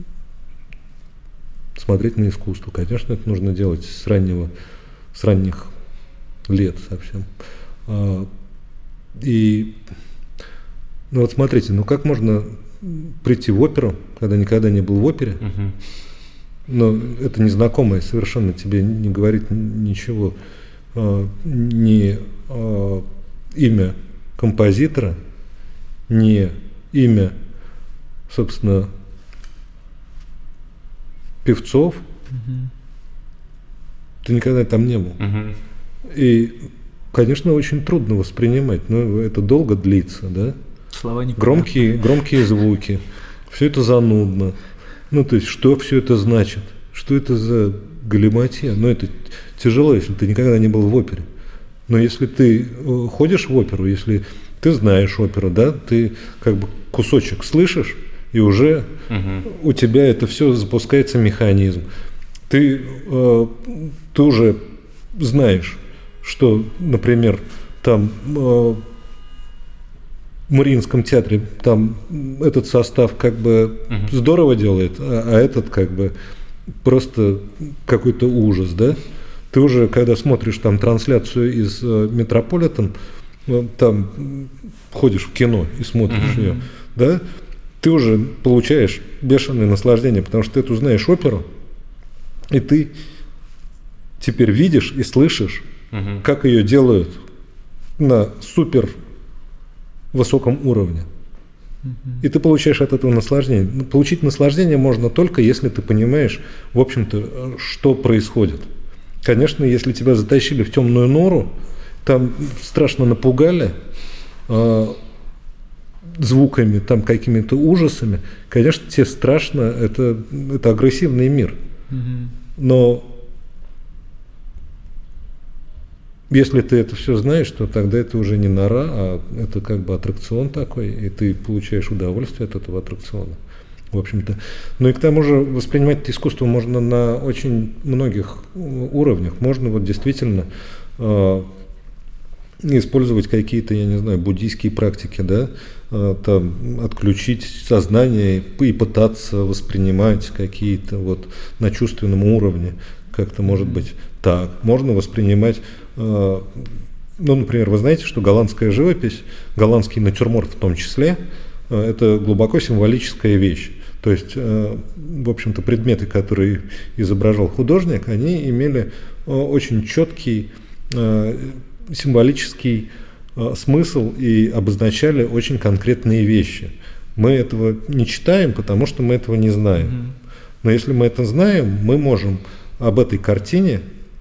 [SPEAKER 4] смотреть на искусство. Конечно, это нужно делать с раннего, с ранних лет совсем. И, ну вот смотрите, ну как можно прийти в оперу, когда никогда не был в опере, uh-huh. но это незнакомое совершенно тебе не говорит ничего, ни имя композитора, ни имя, собственно, певцов, uh-huh. ты никогда там не был. Uh-huh. И, конечно, очень трудно воспринимать, но это долго длится, да?
[SPEAKER 3] Слова не
[SPEAKER 4] громкие, громкие звуки, все это занудно. Ну, то есть, что все это значит? Что это за галиматья? Ну, это тяжело, если ты никогда не был в опере. Но если ты ходишь в оперу, если ты знаешь оперу, да, ты как бы кусочек слышишь, и уже угу. у тебя это все запускается механизм. Ты, э, ты уже знаешь, что, например, там э, в Мариинском театре там этот состав как бы uh-huh. здорово делает, а, а этот как бы просто какой-то ужас, да? Ты уже, когда смотришь там трансляцию из э, Метрополитен, э, там ходишь в кино и смотришь uh-huh. ее, да? Ты уже получаешь бешеное наслаждение, потому что ты узнаешь оперу, и ты теперь видишь и слышишь, Uh-huh. как ее делают на супер высоком уровне. Uh-huh. И ты получаешь от этого наслаждение. Получить наслаждение можно только, если ты понимаешь, в общем-то, что происходит. Конечно, если тебя затащили в темную нору, там страшно напугали э, звуками, там какими-то ужасами, конечно, тебе страшно, это, это агрессивный мир. Uh-huh. Но если ты это все знаешь, то тогда это уже не нора, а это как бы аттракцион такой, и ты получаешь удовольствие от этого аттракциона, в общем-то. Ну и к тому же воспринимать искусство можно на очень многих уровнях. Можно вот действительно э, использовать какие-то, я не знаю, буддийские практики, да, э, там отключить сознание и пытаться воспринимать какие-то вот на чувственном уровне, как-то может быть так. Можно воспринимать, э, ну, например, вы знаете, что голландская живопись, голландский натюрморт в том числе, э, это глубоко символическая вещь. То есть, э, в общем-то, предметы, которые изображал художник, они имели э, очень четкий э, символический э, смысл и обозначали очень конкретные вещи. Мы этого не читаем, потому что мы этого не знаем. Mm-hmm. Но если мы это знаем, мы можем об этой картине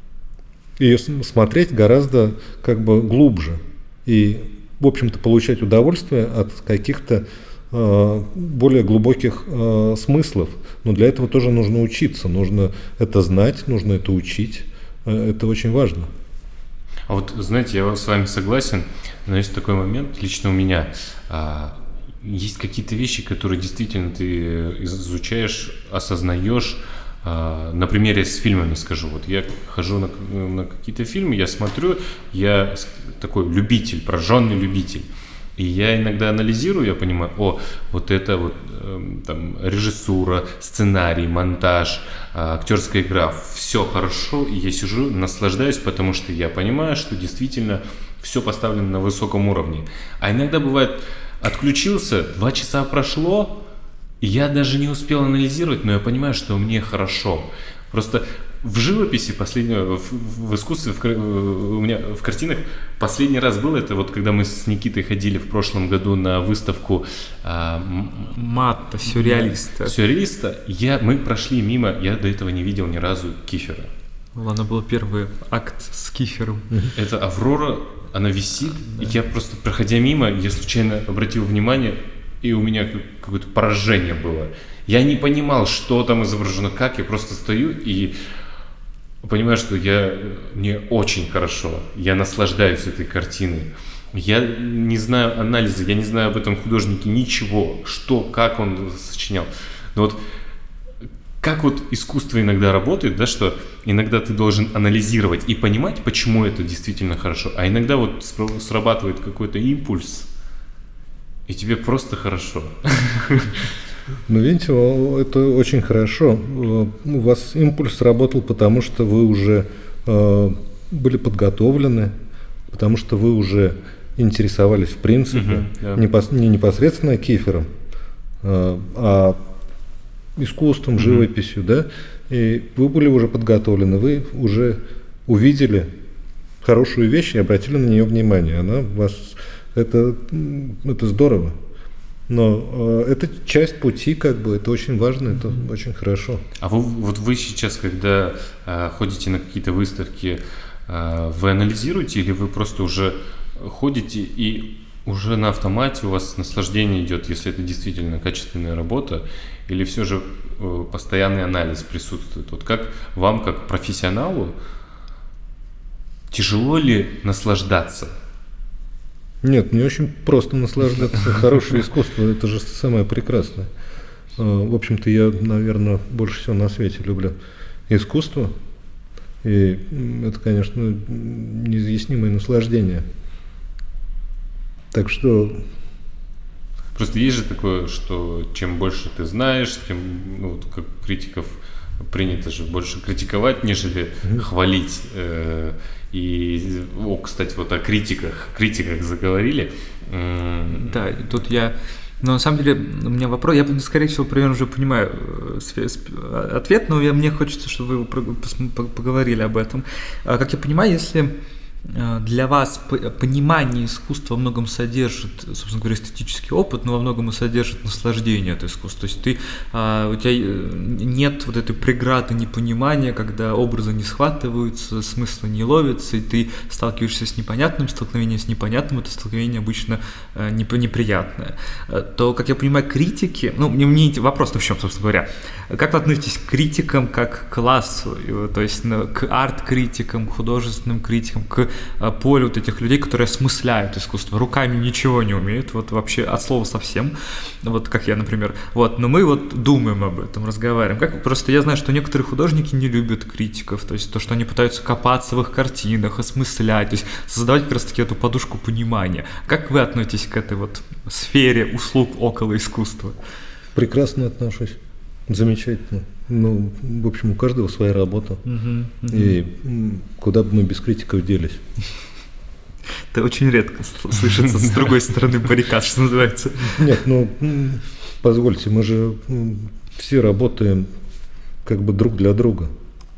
[SPEAKER 4] ее смотреть гораздо как бы глубже и, в общем-то, получать удовольствие от каких-то э, более глубоких э, смыслов. Но для этого тоже нужно учиться, нужно это знать, нужно это учить. Э, это очень важно.
[SPEAKER 2] А вот, знаете, я с вами согласен, но есть такой момент, лично у меня, а, есть какие-то вещи, которые действительно ты изучаешь, осознаешь. На примере с фильмами скажу, вот я хожу на, на какие-то фильмы, я смотрю, я такой любитель, прожженный любитель, и я иногда анализирую, я понимаю, о, вот это вот там режиссура, сценарий, монтаж, актерская игра, все хорошо, и я сижу, наслаждаюсь, потому что я понимаю, что действительно все поставлено на высоком уровне. А иногда бывает, отключился, два часа прошло, я даже не успел анализировать, но я понимаю, что мне хорошо. Просто в живописи, последнего, в, в искусстве, в, у меня в картинах последний раз было, это вот когда мы с Никитой ходили в прошлом году на выставку а,
[SPEAKER 3] Матта, сюрреалиста.
[SPEAKER 2] Сюрреалиста. Я, мы прошли мимо, я до этого не видел ни разу Кифера.
[SPEAKER 3] Ладно, был первый акт с Кифером.
[SPEAKER 2] Это Аврора, она висит, да. И я просто, проходя мимо, я случайно обратил внимание, и у меня какое-то поражение было. Я не понимал, что там изображено, как, я просто стою и понимаю, что я, мне очень хорошо, я наслаждаюсь этой картиной. Я не знаю анализа, я не знаю об этом художнике ничего, что, как он сочинял. Но вот как вот искусство иногда работает, да, что иногда ты должен анализировать и понимать, почему это действительно хорошо, а иногда вот срабатывает какой-то импульс, и тебе просто хорошо.
[SPEAKER 4] Ну, видите, это очень хорошо. У вас импульс работал, потому что вы уже э, были подготовлены, потому что вы уже интересовались в принципе, угу, да. не, пос, не непосредственно кифером, э, а искусством, живописью, угу. да, и вы были уже подготовлены, вы уже увидели хорошую вещь и обратили на нее внимание. Она вас, это, это здорово. Но э, это часть пути, как бы, это очень важно, это mm-hmm. очень хорошо.
[SPEAKER 2] А вы, вот вы сейчас, когда э, ходите на какие-то выставки, э, вы анализируете или вы просто уже ходите и уже на автомате у вас наслаждение идет, если это действительно качественная работа, или все же э, постоянный анализ присутствует? Вот как вам, как профессионалу, тяжело ли наслаждаться?
[SPEAKER 4] Нет, мне очень просто наслаждаться. Хорошее искусство, это же самое прекрасное. В общем-то, я, наверное, больше всего на свете люблю искусство. И это, конечно, неизъяснимое наслаждение. Так что...
[SPEAKER 2] Просто есть же такое, что чем больше ты знаешь, тем, ну, вот как критиков принято же больше критиковать, нежели mm-hmm. хвалить. И, о, кстати, вот о критиках, критиках заговорили.
[SPEAKER 3] Да, тут я, но на самом деле у меня вопрос, я, скорее всего, примерно уже понимаю ответ, но я, мне хочется, чтобы вы поговорили об этом. Как я понимаю, если для вас понимание искусства во многом содержит, собственно говоря, эстетический опыт, но во многом и содержит наслаждение от искусства. То есть ты, у тебя нет вот этой преграды непонимания, когда образы не схватываются, смысла не ловится, и ты сталкиваешься с непонятным, столкновение с непонятным, это столкновение обычно неприятное. То, как я понимаю, критики, ну, мне, мне вопрос-то в чем, собственно говоря, как вы относитесь к критикам как к классу, то есть к арт-критикам, к художественным критикам, к поле вот этих людей, которые осмысляют искусство, руками ничего не умеют, вот вообще от слова совсем, вот как я, например, вот, но мы вот думаем об этом, разговариваем, как, просто я знаю, что некоторые художники не любят критиков, то есть то, что они пытаются копаться в их картинах, осмыслять, то есть создавать как раз-таки эту подушку понимания. Как вы относитесь к этой вот сфере услуг около искусства?
[SPEAKER 4] Прекрасно отношусь, замечательно. Ну, в общем, у каждого своя работа. Uh-huh, uh-huh. И куда бы мы без критиков делись?
[SPEAKER 3] Это очень редко слышится с другой стороны баррикад, что называется.
[SPEAKER 4] Нет, ну, позвольте, мы же все работаем как бы друг для друга.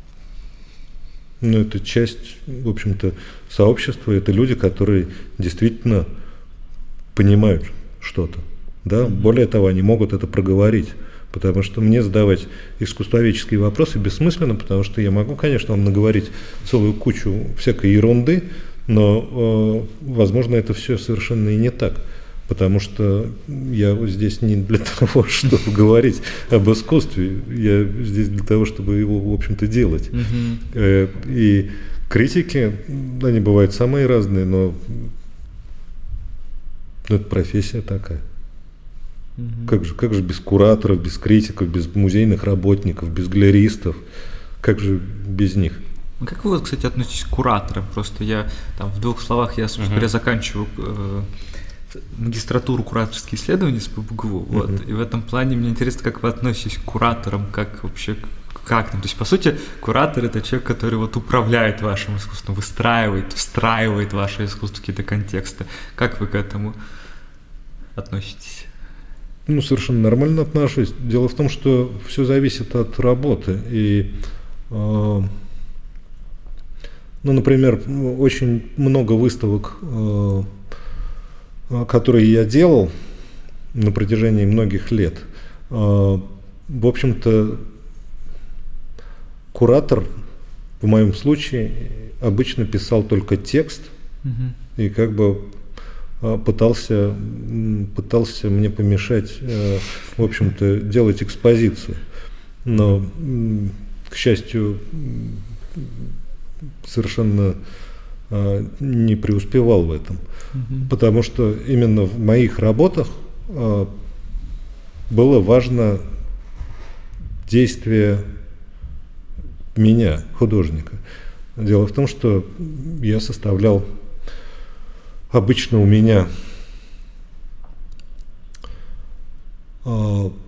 [SPEAKER 4] Ну, это часть, в общем-то, сообщества, это люди, которые действительно понимают что-то. Да? Uh-huh. Более того, они могут это проговорить. Потому что мне задавать искусствоведческие вопросы бессмысленно, потому что я могу, конечно, вам наговорить целую кучу всякой ерунды, но, э, возможно, это все совершенно и не так. Потому что я здесь не для того, чтобы говорить об искусстве, я здесь для того, чтобы его, в общем-то, делать. Mm-hmm. И критики, они бывают самые разные, но это профессия такая. Как же, как же без кураторов, без критиков, без музейных работников, без галеристов, как же без них?
[SPEAKER 3] Как вы, кстати, относитесь к кураторам? Просто я там в двух словах, я, собственно говоря, uh-huh. заканчиваю э, магистратуру кураторские исследования с ПБГУ, uh-huh. вот, и в этом плане мне интересно, как вы относитесь к кураторам, как вообще, как там, то есть, по сути, куратор – это человек, который вот управляет вашим искусством, выстраивает, встраивает ваше искусство в какие-то контексты. Как вы к этому относитесь?
[SPEAKER 4] Ну, совершенно нормально отношусь. Дело в том, что все зависит от работы. И, э, ну, например, очень много выставок, э, которые я делал на протяжении многих лет. Э, в общем-то, куратор в моем случае обычно писал только текст угу. и как бы пытался, пытался мне помешать, в общем-то, делать экспозицию. Но, к счастью, совершенно э, не преуспевал в этом. Mm-hmm. Потому что именно в моих работах э, было важно действие меня, художника. Дело в том, что я составлял, обычно у меня э,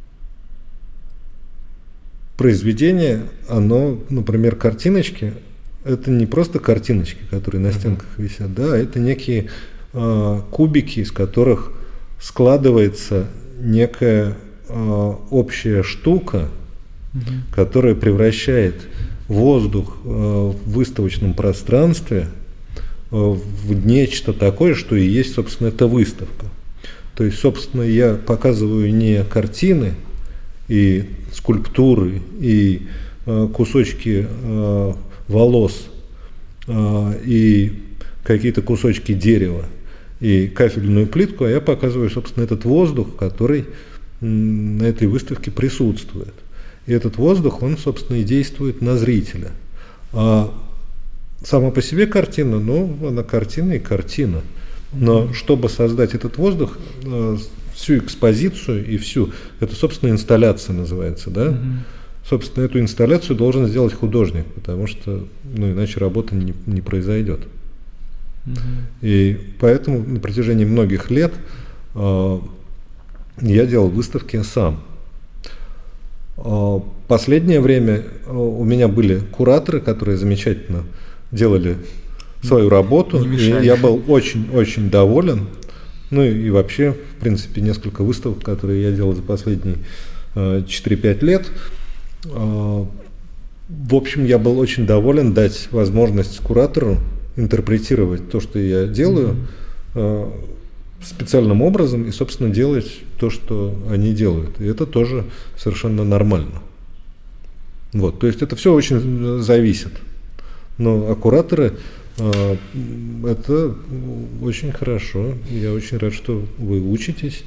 [SPEAKER 4] произведение, оно, например, картиночки, это не просто картиночки, которые на стенках висят, да, это некие э, кубики, из которых складывается некая э, общая штука, mm-hmm. которая превращает воздух э, в выставочном пространстве э, в нечто такое, что и есть, собственно, эта выставка. То есть, собственно, я показываю не картины и скульптуры, и э, кусочки э, волос, э, и какие-то кусочки дерева, и кафельную плитку, а я показываю, собственно, этот воздух, который м, на этой выставке присутствует. И этот воздух, он, собственно, и действует на зрителя. А сама по себе картина, ну, она картина и картина. Но чтобы создать этот воздух, э, всю экспозицию и всю, это, собственно, инсталляция называется, да? Mm-hmm. Собственно, эту инсталляцию должен сделать художник, потому что, ну, иначе работа не, не произойдет. Mm-hmm. И поэтому на протяжении многих лет э, я делал выставки сам. Э, последнее время э, у меня были кураторы, которые замечательно делали свою работу, и я был очень-очень доволен. Ну и вообще, в принципе, несколько выставок, которые я делал за последние э, четыре-пять лет. Э, в общем, я был очень доволен дать возможность куратору интерпретировать то, что я делаю, э, специальным образом и, собственно, делать то, что они делают. И это тоже совершенно нормально. Вот, то есть это все очень зависит. Но а кураторы э, это очень хорошо. Я очень рад, что вы учитесь.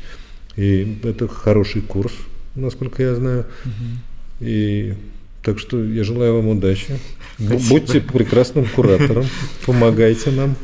[SPEAKER 4] И это хороший курс, насколько я знаю. Угу. И так что я желаю вам удачи. Спасибо. Будьте прекрасным куратором, помогайте нам.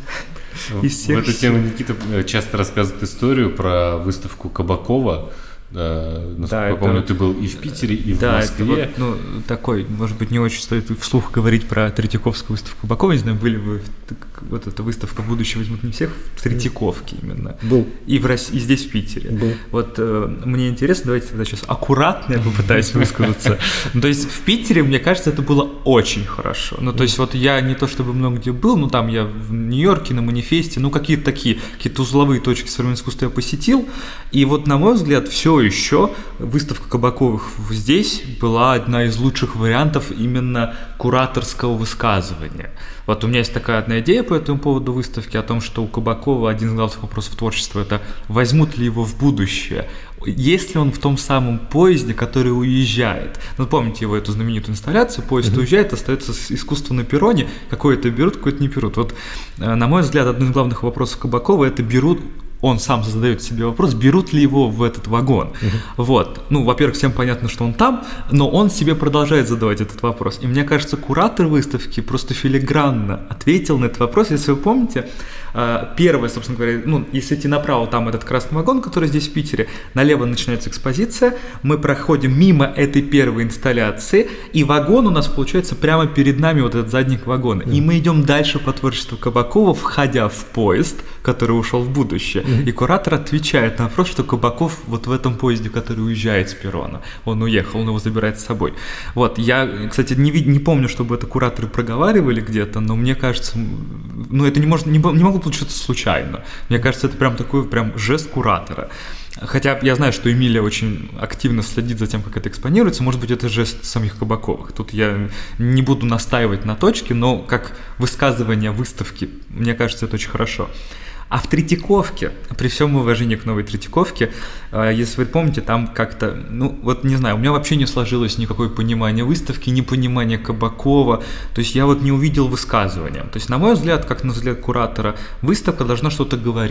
[SPEAKER 2] В эту тему Никита часто рассказывает историю про выставку Кабакова. Да, насколько да, я помню, это... ты был и в Питере, и
[SPEAKER 3] да,
[SPEAKER 2] в Москве.
[SPEAKER 3] Это вот, ну, такой, может быть, не очень стоит вслух говорить про Третьяковскую выставку Кабакова. Не знаю, были вы, вот эта выставка «Будущее возьмут не всех» в Третьяковке именно.
[SPEAKER 4] Был.
[SPEAKER 3] И, в России, и здесь, в Питере.
[SPEAKER 4] Был.
[SPEAKER 3] Вот э, мне интересно, давайте тогда сейчас аккуратно я попытаюсь высказаться. То есть в Питере, мне кажется, это было очень хорошо. Ну, то есть вот я не то чтобы много где был, но там я в Нью-Йорке, на Манифесте, ну, какие-то такие, какие-то узловые точки современного искусства я посетил. И вот, на мой взгляд, все еще выставка Кабаковых здесь была одна из лучших вариантов именно кураторского высказывания. Вот у меня есть такая одна идея по этому поводу выставки, о том, что у Кабакова один из главных вопросов творчества – это возьмут ли его в будущее, есть ли он в том самом поезде, который уезжает. Ну, помните его эту знаменитую инсталляцию, поезд mm-hmm. уезжает, остается искусство на перроне, какое-то берут, какое-то не берут. Вот, на мой взгляд, один из главных вопросов Кабакова – это берут. Он сам задает себе вопрос, берут ли его в этот вагон. Uh-huh. Вот. Ну, во-первых, всем понятно, что он там, но он себе продолжает задавать этот вопрос. И мне кажется, куратор выставки просто филигранно ответил на этот вопрос. Если вы помните, первое, собственно говоря, ну, если идти направо, там этот красный вагон, который здесь в Питере, налево начинается экспозиция, мы проходим мимо этой первой инсталляции, и вагон у нас получается прямо перед нами, вот этот задник вагона. Uh-huh. И мы идем дальше по творчеству Кабакова, входя в поезд, который ушел в будущее. Mm-hmm. И куратор отвечает на вопрос, что Кабаков вот в этом поезде, который уезжает с перрона, он уехал, он его забирает с собой. Вот, я, кстати, не, не помню, чтобы это кураторы проговаривали где-то, но мне кажется, ну это не, может, не, не могло получиться случайно. Мне кажется, это прям такой прям жест куратора. Хотя я знаю, что Эмилия очень активно следит за тем, как это экспонируется. Может быть, это жест самих Кабаковых. Тут я не буду настаивать на точке, но как высказывание выставки, мне кажется, это очень хорошо. А в Третьяковке, при всем уважении к новой Третьяковке, если вы помните, там как-то, ну вот не знаю, у меня вообще не сложилось никакое понимание выставки, ни понимания Кабакова, то есть я вот не увидел высказывания. То есть, на мой взгляд, как на взгляд куратора, выставка должна что-то говорить.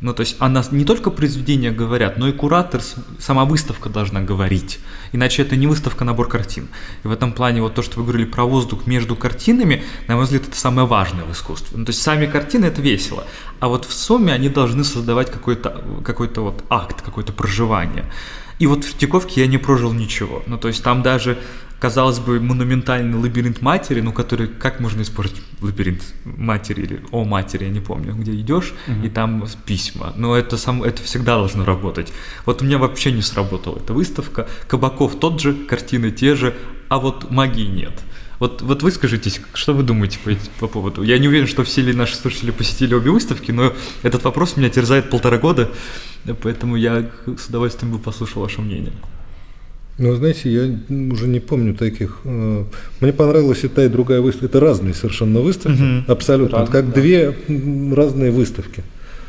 [SPEAKER 3] Ну, то есть она не только произведения говорят, но и куратор, сама выставка должна говорить. Иначе это не выставка, а набор картин. И в этом плане вот то, что вы говорили про воздух между картинами, на мой взгляд, это самое важное в искусстве. Ну, то есть сами картины – это весело, а вот в сумме они должны создавать какой-то, какой-то вот акт, какое-то проживание. И вот в Третьяковке я не прожил ничего. Ну, то есть там даже, казалось бы, монументальный лабиринт матери, ну, который, как можно испортить лабиринт матери или о матери, я не помню, где идешь, mm-hmm. и там письма. Но это, сам, это всегда должно работать. Вот у меня вообще не сработала эта выставка. Кабаков тот же, картины те же, а вот магии нет. Вот, вот вы скажитесь, что вы думаете по, по поводу? Я не уверен, что все ли наши слушатели посетили обе выставки, но этот вопрос меня терзает полтора года, поэтому я с удовольствием бы послушал ваше мнение.
[SPEAKER 4] Ну, знаете, я уже не помню таких. Мне понравилась и та, и другая выставка. Это разные совершенно выставки, mm-hmm. абсолютно. Разные, как да. две разные выставки.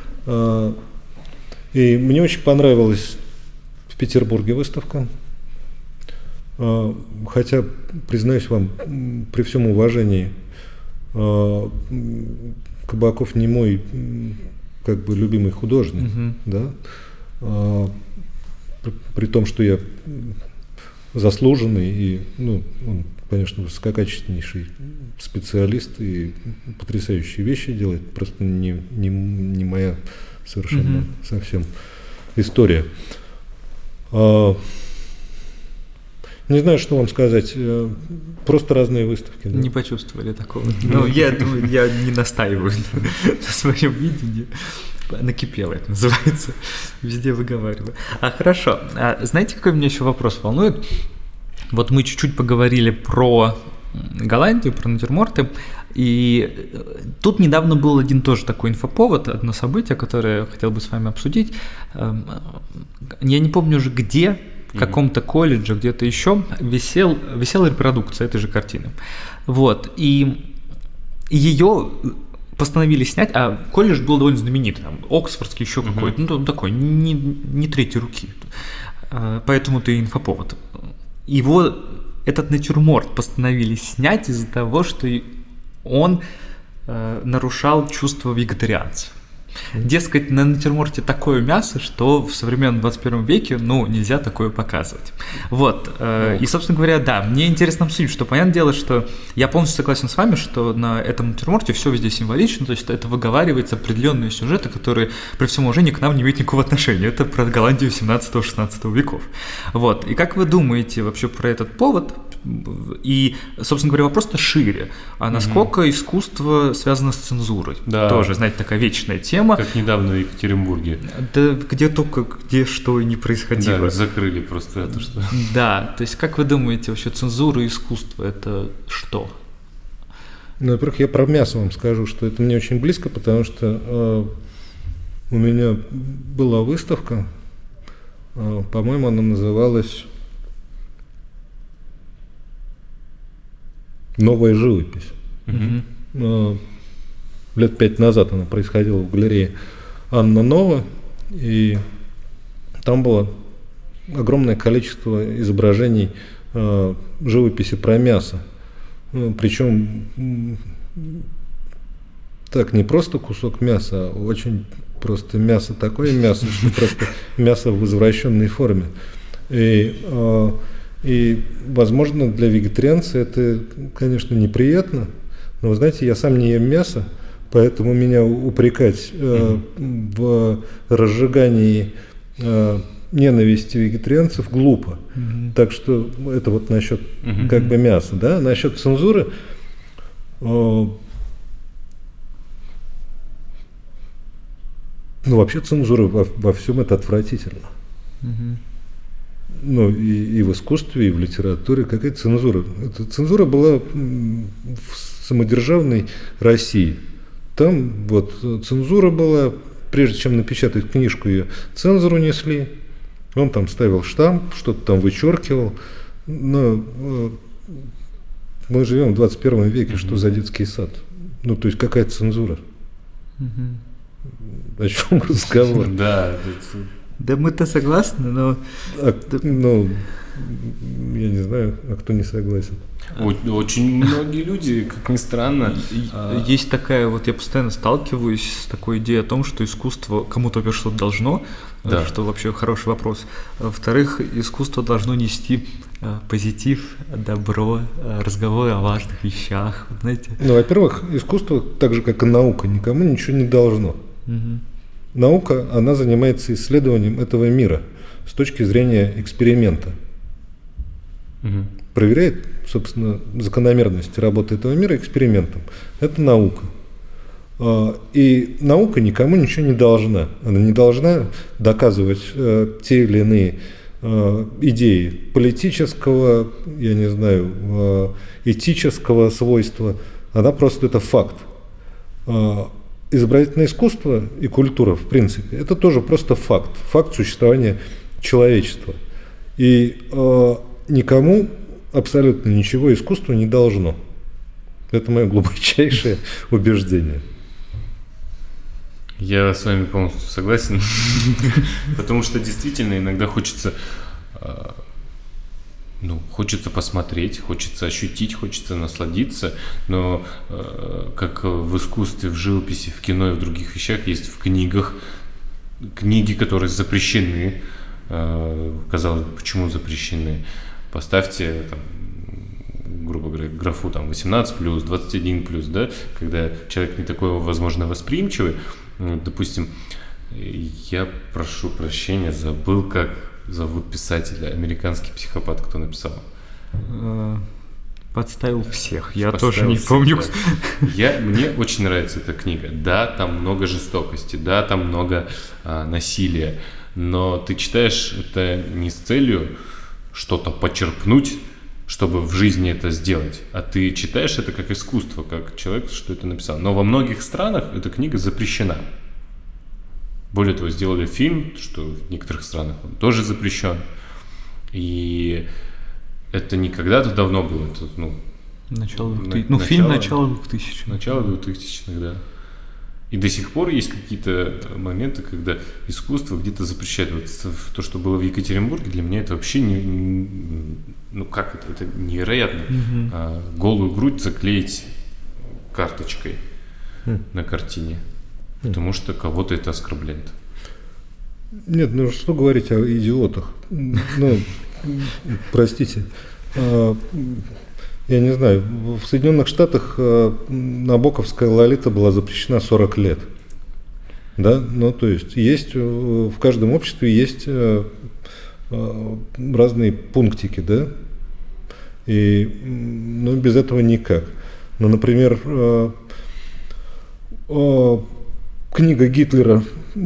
[SPEAKER 4] И мне очень понравилась в Петербурге выставка. Хотя, признаюсь вам, при всем уважении, Кабаков не мой как бы любимый художник, mm-hmm. да, при том, что я заслуженный и, ну, он, конечно, высококачественнейший специалист и потрясающие вещи делает, просто не, не, не моя совершенно mm-hmm. совсем история. Не знаю, что вам сказать. Просто разные выставки. Да?
[SPEAKER 3] Не почувствовали такого. Ну, я, я не настаиваю на своем видении. Накипело это называется. Везде выговариваю. А хорошо. А знаете, какой меня еще вопрос волнует? Вот мы чуть-чуть поговорили про Голландию, про натюрморты. И тут недавно был один тоже такой инфоповод, одно событие, которое я хотел бы с вами обсудить. Я не помню уже где. В каком-то колледже, где-то еще висел, висела репродукция этой же картины. Вот. И ее постановили снять, а колледж был довольно знаменитый, там, Оксфордский еще uh-huh. какой-то, ну, такой, не, не третьей руки. Поэтому-то и инфоповод. Его, этот натюрморт постановили снять из-за того, что он э, нарушал чувства вегетарианцев. Дескать, на натюрморте такое мясо, что в современном двадцать первом веке, ну, нельзя такое показывать. Вот. Э, и, собственно говоря, да, мне интересно обсудить, что, понятное дело, что я полностью согласен с вами, что на этом натюрморте все везде символично, то есть это выговаривается определенные сюжеты, которые при всем уважении к нам не имеют никакого отношения. Это про Голландию семнадцатого-шестнадцатого веков. Вот. И как вы думаете вообще про этот повод? И, собственно говоря, вопрос-то шире. А насколько mm-hmm. искусство связано с цензурой?
[SPEAKER 2] Да.
[SPEAKER 3] Тоже, знаете, такая вечная тема.
[SPEAKER 2] Как недавно в Екатеринбурге.
[SPEAKER 3] Да где только, где что и не происходило.
[SPEAKER 2] Да, закрыли просто это что.
[SPEAKER 3] Да, то есть как вы думаете, вообще цензура и искусство – это что?
[SPEAKER 4] Ну, во-первых, я про мясо вам скажу, что это мне очень близко, потому что э, у меня была выставка, э, по-моему, она называлась «Новая живопись». Mm-hmm. Лет пять назад она происходила в галерее Анна Нова, и там было огромное количество изображений э, живописи про мясо. Ну, причем так не просто кусок мяса, а очень просто мясо, такое мясо, что просто мясо в извращенной форме. И э, И, возможно, для вегетарианца это, конечно, неприятно, но, вы знаете, я сам не ем мясо, поэтому меня упрекать э, в разжигании э, ненависти вегетарианцев глупо. Mm-hmm. Так что это вот насчет mm-hmm. как бы мяса, да? Насчет цензуры. Э, ну, вообще цензура во, во всем это отвратительно. Mm-hmm. Ну, и, и в искусстве, и в литературе. Какая цензура? Эта цензура была в самодержавной России. Там вот цензура была, прежде чем напечатать книжку, ее цензору несли. Он там ставил штамп, что-то там вычеркивал. Но мы живем в двадцать первом веке, mm-hmm. что за детский сад? Ну, то есть какая цензура? Mm-hmm. О чем разговор?
[SPEAKER 2] Да,
[SPEAKER 3] да мы-то согласны, но...
[SPEAKER 4] А, ну, я не знаю, а кто не согласен.
[SPEAKER 2] Очень многие люди, как ни странно.
[SPEAKER 3] Есть такая, вот я постоянно сталкиваюсь с такой идеей о том, что искусство кому-то, во-первых, что-то должно, да. Что вообще хороший вопрос. Во-вторых, искусство должно нести позитив, добро, разговоры о важных вещах, знаете.
[SPEAKER 4] Ну, во-первых, искусство, так же как и наука, никому ничего не должно. Угу. Наука, она занимается исследованием этого мира с точки зрения эксперимента. Угу. Проверяет, собственно, закономерность работы этого мира экспериментом. Это наука. И наука никому ничего не должна. Она не должна доказывать те или иные идеи политического, я не знаю, этического свойства. Она просто это факт. Изобразительное искусство и культура, в принципе, это тоже просто факт. Факт существования человечества. И никому абсолютно ничего искусство не должно. Это мое глубочайшее убеждение.
[SPEAKER 2] Я с вами полностью согласен, потому что действительно иногда хочется, ну, хочется посмотреть, хочется ощутить, хочется насладиться, но как в искусстве, в живописи, в кино и в других вещах есть в книгах книги, которые запрещены. Казалось бы, почему запрещены? Поставьте, там, грубо говоря, графу там восемнадцать плюс, двадцать один плюс, да, когда человек не такой, возможно, восприимчивый. Допустим, я прошу прощения, забыл, как зовут писателя, американский психопат, кто написал?
[SPEAKER 3] Подставил всех, я
[SPEAKER 2] Подставил
[SPEAKER 3] тоже не
[SPEAKER 2] всех,
[SPEAKER 3] помню.
[SPEAKER 2] Да. Я, мне очень нравится эта книга. Да, там много жестокости, да, там много а, насилия, но ты читаешь это не с целью что-то почерпнуть, чтобы в жизни это сделать, а ты читаешь это как искусство, как человек, что это написал. Но во многих странах эта книга запрещена. Более того, сделали фильм, что в некоторых странах он тоже запрещен. И это не когда-то давно было. Это, ну,
[SPEAKER 3] начало
[SPEAKER 2] на,
[SPEAKER 3] двухтысячных. Ну,
[SPEAKER 2] начало,
[SPEAKER 3] фильм начала двухтысячных.
[SPEAKER 2] Начало двухтысячных, да. И до сих пор есть какие-то моменты, когда искусство где-то запрещает. Вот то, что было в Екатеринбурге, для меня это вообще не... Ну как это? Это невероятно. Mm-hmm. А, голую грудь заклеить карточкой mm. на картине. Mm. Потому что кого-то это оскорбляет.
[SPEAKER 4] Нет, ну что говорить о идиотах? Ну, простите. Я не знаю, в Соединенных Штатах набоковская лолита была запрещена сорок лет. Да, ну то есть есть в каждом обществе есть разные пунктики, да, и ну, без этого никак. Ну, например, книга Гитлера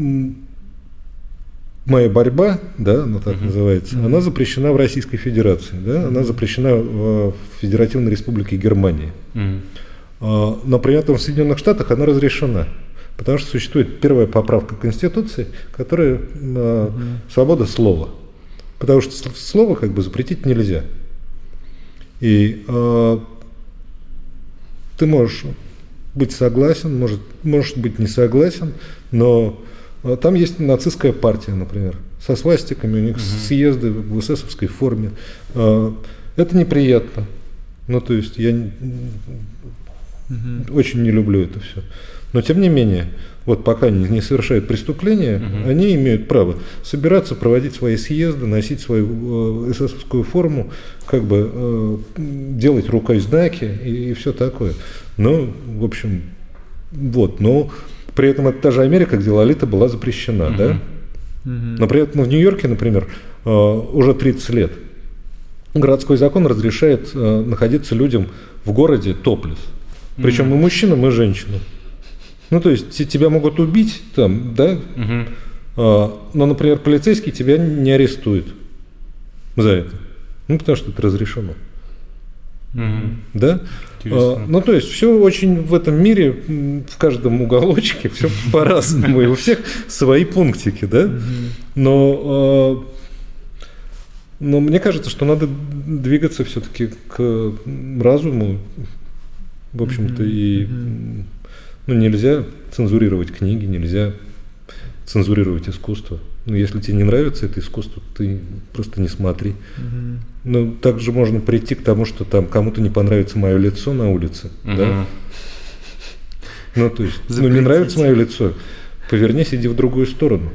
[SPEAKER 4] «Моя борьба», да, она так uh-huh. называется, uh-huh. она запрещена в Российской Федерации, да, uh-huh. она запрещена в Федеративной Республике Германии. Uh-huh. Но при этом в Соединенных Штатах она разрешена, потому что существует первая поправка Конституции, которая uh-huh. свобода слова. Потому что слово как бы запретить нельзя. И э, ты можешь быть согласен, может, можешь быть не согласен, но э, там есть нацистская партия, например, со свастиками, у них uh-huh. съезды в эсэсовской форме. Э, это неприятно. Ну, то есть я uh-huh. очень не люблю это все. Но тем не менее, вот пока они не совершают преступления, uh-huh. они имеют право собираться, проводить свои съезды, носить свою э, эсэсовскую форму, как бы э, делать рукой знаки и, и все такое. Ну, в общем, вот. Но при этом это та же Америка, где лолита была запрещена, uh-huh. да? Uh-huh. Но при этом в Нью-Йорке, например, э, уже тридцать лет городской закон разрешает э, находиться людям в городе топлес. Причем uh-huh. и мужчинам, и женщинам. Ну, то есть тебя могут убить там, да, угу. а, но, например, полицейский тебя не арестует за это. Ну, потому что это разрешено. Угу. Да? А, ну, то есть все очень в этом мире, в каждом уголочке, все по-разному, и у всех свои пунктики, да? Но, но мне кажется, что надо двигаться все-таки к разуму, в общем-то, и... Ну, нельзя цензурировать книги, нельзя цензурировать искусство. Ну, если тебе не нравится это искусство, ты просто не смотри.
[SPEAKER 3] Мгм.
[SPEAKER 4] Ну, также можно прийти к тому, что там кому-то не понравится мое лицо на улице, да?
[SPEAKER 2] Мгм.
[SPEAKER 4] Ну, то есть, ну, не
[SPEAKER 3] Запретить.
[SPEAKER 4] нравится мое лицо, повернись, иди в другую сторону.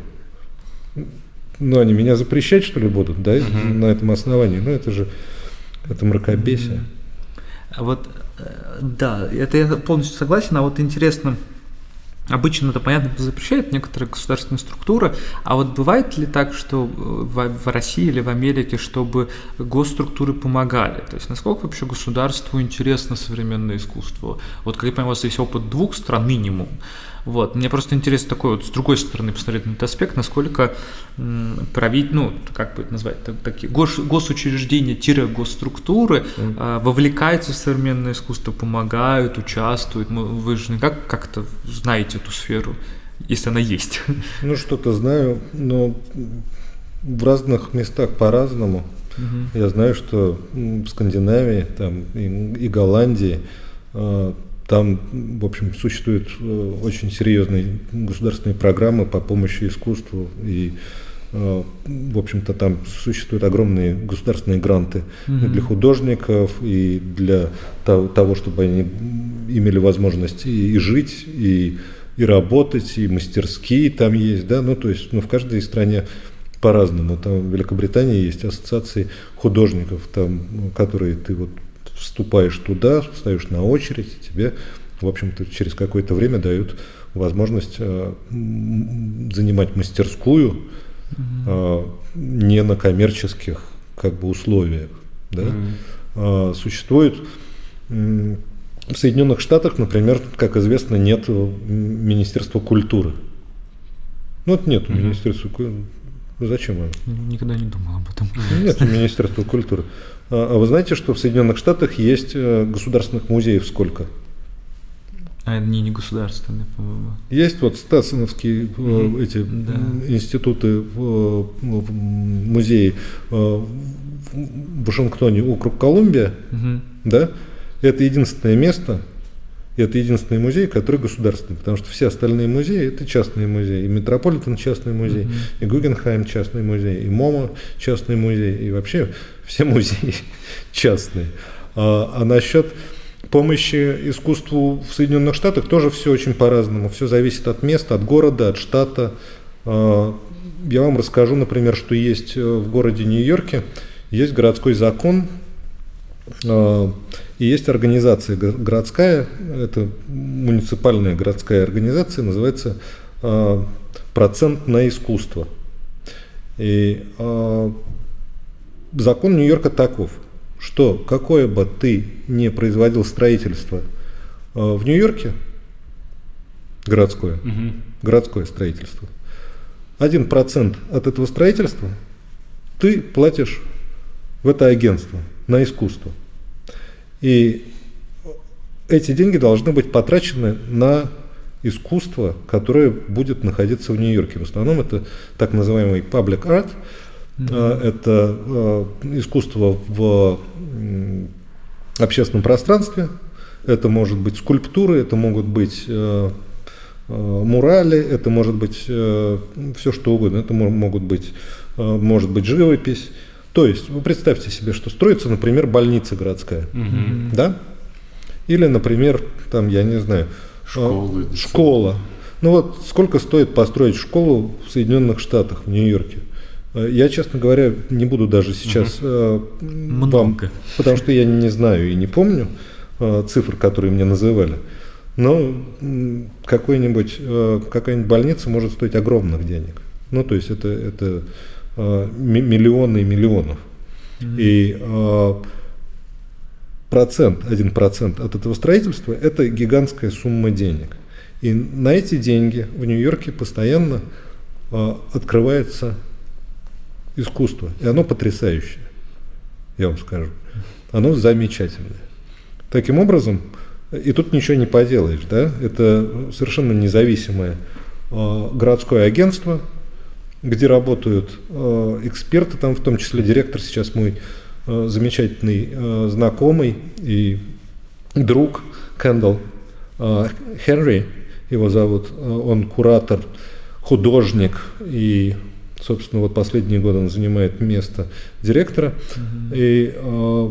[SPEAKER 4] Ну, они меня запрещать, что ли, будут, да,
[SPEAKER 2] Мгм.
[SPEAKER 4] на этом основании? Ну, это же, это мракобесие.
[SPEAKER 3] А вот, э, да, это я полностью согласен, а вот интересно, обычно это, понятно, запрещает некоторые государственные структуры, а вот бывает ли так, что в, в России или в Америке, чтобы госструктуры помогали? То есть насколько вообще государству интересно современное искусство? Вот, как я понимаю, у вас есть опыт двух стран минимум. Вот. Мне просто интересно такой вот с другой стороны посмотреть на этот аспект, насколько м, править, ну, как бы это назвать, так- такие гос, госучреждения-госструктуры
[SPEAKER 4] Мгм.
[SPEAKER 3] а, вовлекаются в современное искусство, помогают, участвуют. Ну, вы же как как-то знаете эту сферу, если она есть.
[SPEAKER 4] Ну, что-то знаю, но в разных местах по-разному.
[SPEAKER 3] Мгм.
[SPEAKER 4] Я знаю, что м, в Скандинавии там, и, и Голландии э, там, в общем, существуют э, очень серьезные государственные программы по помощи искусству. И, э, в общем-то, там существуют огромные государственные гранты и
[SPEAKER 3] Мгм.
[SPEAKER 4] для художников, и для того, того, чтобы они имели возможность и, и жить, и, и работать, и мастерские там есть. Да? Ну, то есть, ну, в каждой стране по-разному. Там в Великобритании есть ассоциации художников, там, ну, которые ты вот вступаешь туда, встаешь на очередь, и тебе, в общем-то, через какое-то время дают возможность э, м, занимать мастерскую э, не на коммерческих как бы условиях. Да?
[SPEAKER 2] Мгм.
[SPEAKER 4] Э, существует м, в Соединенных Штатах, например, как известно, нет Министерства культуры. Ну, вот нет
[SPEAKER 2] Мгм.
[SPEAKER 4] Министерства культуры. Зачем оно?
[SPEAKER 3] Никогда не думал об этом.
[SPEAKER 4] Нет Министерства культуры. А а вы знаете, что в Соединенных Штатах есть э, государственных музеев сколько?
[SPEAKER 3] А они не государственные, по-моему.
[SPEAKER 4] Есть вот Стасоновские э,
[SPEAKER 2] Мгм.
[SPEAKER 4] эти
[SPEAKER 3] Да.
[SPEAKER 4] м, институты, в, в музеи э, в в Вашингтоне, округ Колумбия,
[SPEAKER 3] Мгм.
[SPEAKER 4] да? Это единственное место, это единственный музей, который государственный, потому что все остальные музеи это частные музеи. И Метрополитен частный музей,
[SPEAKER 3] Мгм.
[SPEAKER 4] и Гугенхайм частный музей, и МОМА частный музей, и вообще все музеи частные. А, а насчет помощи искусству в Соединенных Штатах тоже все очень по-разному. Все зависит от места, от города, от штата. А, я вам расскажу, например, что есть в городе Нью-Йорке, есть городской закон, а, и есть организация го- городская, это муниципальная городская организация, называется а, «Процент на искусство». И а, закон Нью-Йорка таков, что какое бы ты ни производил строительство а, в Нью-Йорке, городское,
[SPEAKER 2] Мгм.
[SPEAKER 4] городское строительство, один процент от этого строительства ты платишь в это агентство на искусство. И эти деньги должны быть потрачены на искусство, которое будет находиться в Нью-Йорке. В основном это так называемый public art, а, это а, искусство в м, общественном пространстве, это может быть скульптуры, это могут быть э, э, мурали, это может быть все что угодно, это мо- могут быть, э, может быть живопись. То есть вы представьте себе, что строится, например, больница городская,
[SPEAKER 2] Мгм.
[SPEAKER 4] да? Или, например, там, я не знаю, э,
[SPEAKER 2] Школы.
[SPEAKER 4] школа. Ну вот сколько стоит построить школу в Соединенных Штатах, в Нью-Йорке? Э, Я, честно говоря, не буду даже сейчас э, вам,
[SPEAKER 3] Много.
[SPEAKER 4] потому что я не знаю и не помню э, цифр, которые мне называли. Но м, какой-нибудь, э, какая-нибудь больница может стоить огромных денег. Ну, то есть это, это э, ми- миллионы и миллионов. И э, процент, один процент от этого строительства – это гигантская сумма денег. И на эти деньги в Нью-Йорке постоянно э, открывается искусство. И оно потрясающее, я вам скажу. Оно замечательное. Таким образом, и тут ничего не поделаешь, да? Это совершенно независимое э, городское агентство, где работают э, эксперты, там в том числе директор сейчас мой э, замечательный э, знакомый и друг Кэндалл э, Хенри, его зовут, э, он куратор, художник и собственно, вот последние годы он занимает место директора. Mm-hmm. И э,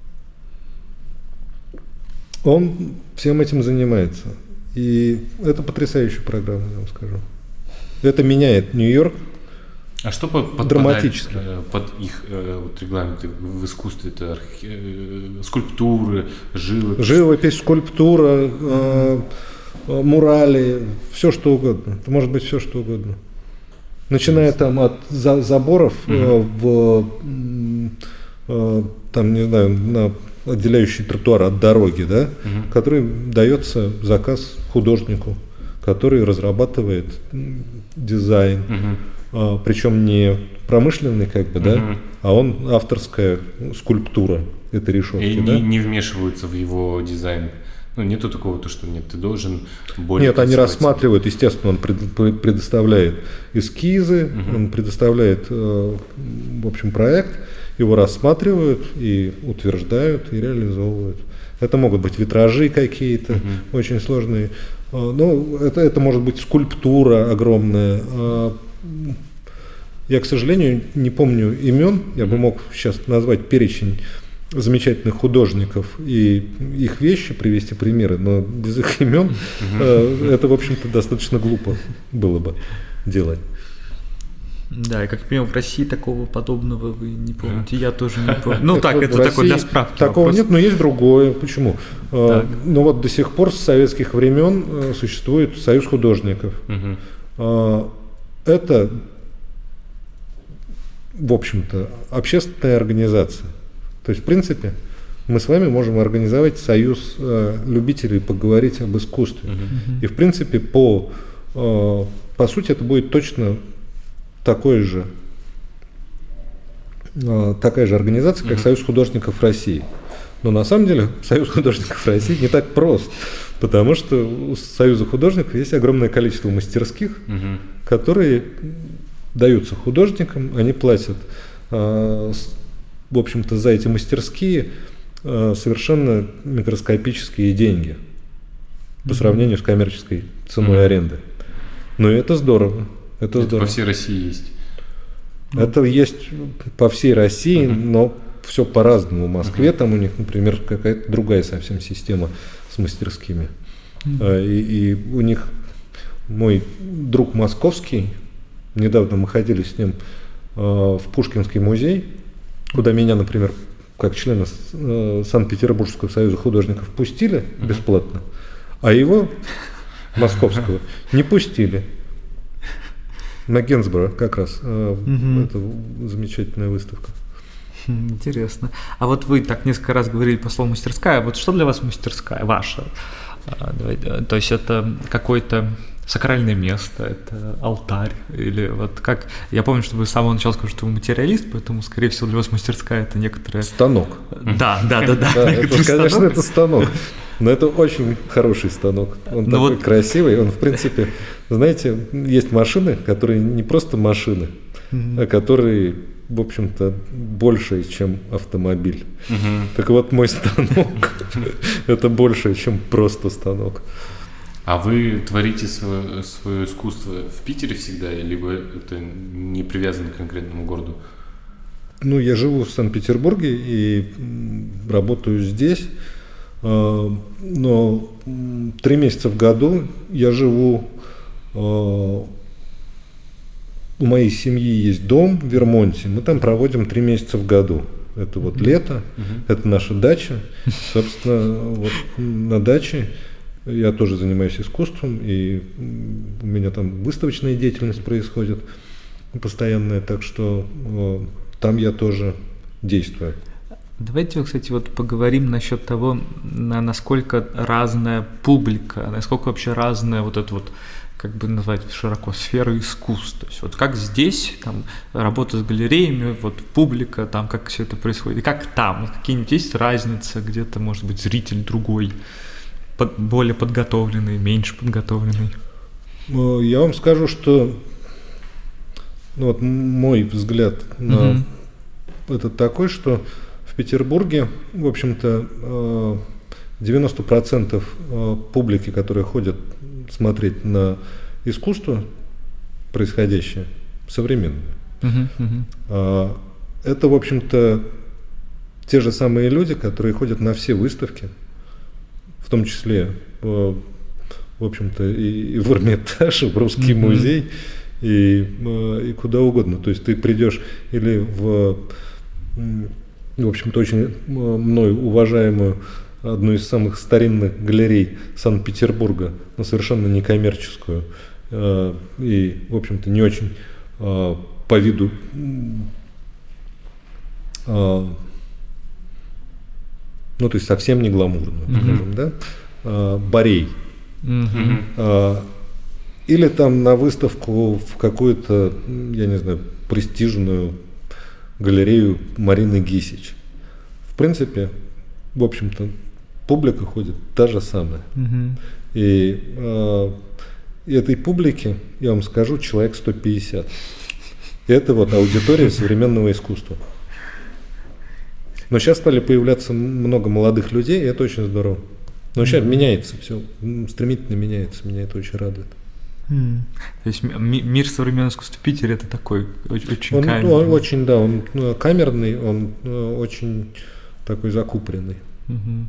[SPEAKER 4] он всем этим занимается. И это потрясающая программа, я вам скажу. Это меняет Нью-Йорк.
[SPEAKER 2] А что под,
[SPEAKER 4] драматически
[SPEAKER 2] под их э, вот, регламенты в искусстве? Это архи... э, скульптуры, живопись?
[SPEAKER 4] Живопись, скульптура, э, мурали, все что угодно. Это может быть все что угодно. Начиная там от за, заборов mm-hmm. в, э, там, не знаю, на отделяющий тротуар от дороги, да, mm-hmm. который дается заказ художнику, который разрабатывает дизайн. Mm-hmm. А, причем не промышленный, как бы, да, угу. а он авторская скульптура этой решетки.
[SPEAKER 2] И
[SPEAKER 4] да?
[SPEAKER 2] не, не вмешиваются в его дизайн. Ну, нету такого, то, что нет, ты должен более...
[SPEAKER 4] Нет, они рассматривают, естественно, он пред, предоставляет эскизы, угу. он предоставляет, в общем, проект, его рассматривают и утверждают, и реализовывают. Это могут быть витражи какие-то, угу. очень сложные. Ну, это, это может быть скульптура огромная. Я, к сожалению, не помню имен, я бы мог сейчас назвать перечень замечательных художников и их вещи, привести примеры, но без их имен uh-huh. это, в общем-то, достаточно глупо было бы делать.
[SPEAKER 3] Да, и как я понимаю, в России такого подобного вы не помните, я тоже не помню. Ну так, это такой для справки.
[SPEAKER 4] Такого нет, но есть другое. Почему? Ну вот до сих пор с советских времен существует Союз художников. Это, в общем-то, общественная организация. То есть, в принципе, мы с вами можем организовать союз э, любителей поговорить об искусстве. Uh-huh. И, в принципе, по, э, по сути, это будет точно такой же, э, такая же организация, как uh-huh. Союз художников России. Но на самом деле Союз художников России не так прост, потому что у Союза художников есть огромное количество мастерских, uh-huh. которые даются художникам, они платят, э, в общем-то, за эти мастерские э, совершенно микроскопические деньги по mm-hmm. сравнению с коммерческой ценой mm-hmm. аренды. Но это здорово. Это, это здорово.
[SPEAKER 2] По всей России есть.
[SPEAKER 4] Это mm-hmm. есть по всей России, mm-hmm. но все по-разному. В Москве mm-hmm. там у них, например, какая-то другая совсем система с мастерскими. Mm-hmm. И, и у них мой друг московский, недавно мы ходили с ним э, в Пушкинский музей, куда меня, например, как члена э, Санкт-Петербургского союза художников пустили uh-huh. бесплатно, а его, московского, не пустили. На Генсбуро как раз. Э, uh-huh. Это замечательная выставка.
[SPEAKER 3] Интересно. А вот вы так несколько раз говорили по слову мастерская. Вот что для вас мастерская ваша? То есть это какой-то сакральное место, это алтарь, или вот как... Я помню, что вы с самого начала сказали, что вы материалист, поэтому, скорее всего, для вас мастерская это некоторая...
[SPEAKER 4] Станок.
[SPEAKER 3] Да, да, да, да.
[SPEAKER 4] да это, конечно, это станок, но это очень хороший станок. Он ну такой вот... красивый, он, в принципе, знаете, есть машины, которые не просто машины, mm-hmm. а которые, в общем-то, больше, чем автомобиль. Mm-hmm. Так вот, мой станок – это больше, чем просто станок.
[SPEAKER 2] А вы творите свое, свое искусство в Питере всегда, либо это не привязано к конкретному городу?
[SPEAKER 4] Ну, я живу в Санкт-Петербурге и работаю здесь, но три месяца в году я живу, у моей семьи есть дом в Вермонте, мы там проводим три месяца в году. Это вот лето, uh-huh. это наша дача, собственно, вот на даче я тоже занимаюсь искусством, и у меня там выставочная деятельность происходит постоянная, так что э, там я тоже действую.
[SPEAKER 3] Давайте, кстати, вот поговорим насчет того, насколько разная публика, насколько вообще разная вот эта вот, как бы назвать широко, сфера искусства. То есть вот как здесь, там, работа с галереями, вот публика, там, как все это происходит, и как там, какие-нибудь есть разницы, где-то, может быть, зритель другой, под, более подготовленный, меньше подготовленный?
[SPEAKER 4] Я вам скажу, что ну, вот мой взгляд на угу. это такой, что в Петербурге, в общем-то, девяносто процентов публики, которые ходят смотреть на искусство происходящее, современную.
[SPEAKER 3] Uh-huh, uh-huh.
[SPEAKER 4] А, это, в общем-то, те же самые люди, которые ходят на все выставки, в том числе, в общем-то, и, и в Эрмитаж, и в Русский uh-huh. музей, и, и куда угодно. То есть ты придешь или в, в общем-то, очень мной уважаемую одну из самых старинных галерей Санкт-Петербурга, но совершенно некоммерческую и, в общем-то, не очень по виду ну, то есть совсем не гламурную, mm-hmm. скажем, да, Борей. Mm-hmm. Или там на выставку в какую-то, я не знаю, престижную галерею Марины Гисич. В принципе, в общем-то, публика ходит та же самая. Mm-hmm. И э, этой публики, я вам скажу, человек сто пятьдесят. Это вот аудитория современного искусства. Но сейчас стали появляться много молодых людей, и это очень здорово. Но сейчас mm-hmm. меняется все, стремительно меняется, меня это очень радует.
[SPEAKER 3] Mm. То есть мир современного искусства в Питере это такой очень
[SPEAKER 4] он,
[SPEAKER 3] камерный.
[SPEAKER 4] Он очень, да, он камерный, он очень такой закупоренный.
[SPEAKER 3] Mm-hmm.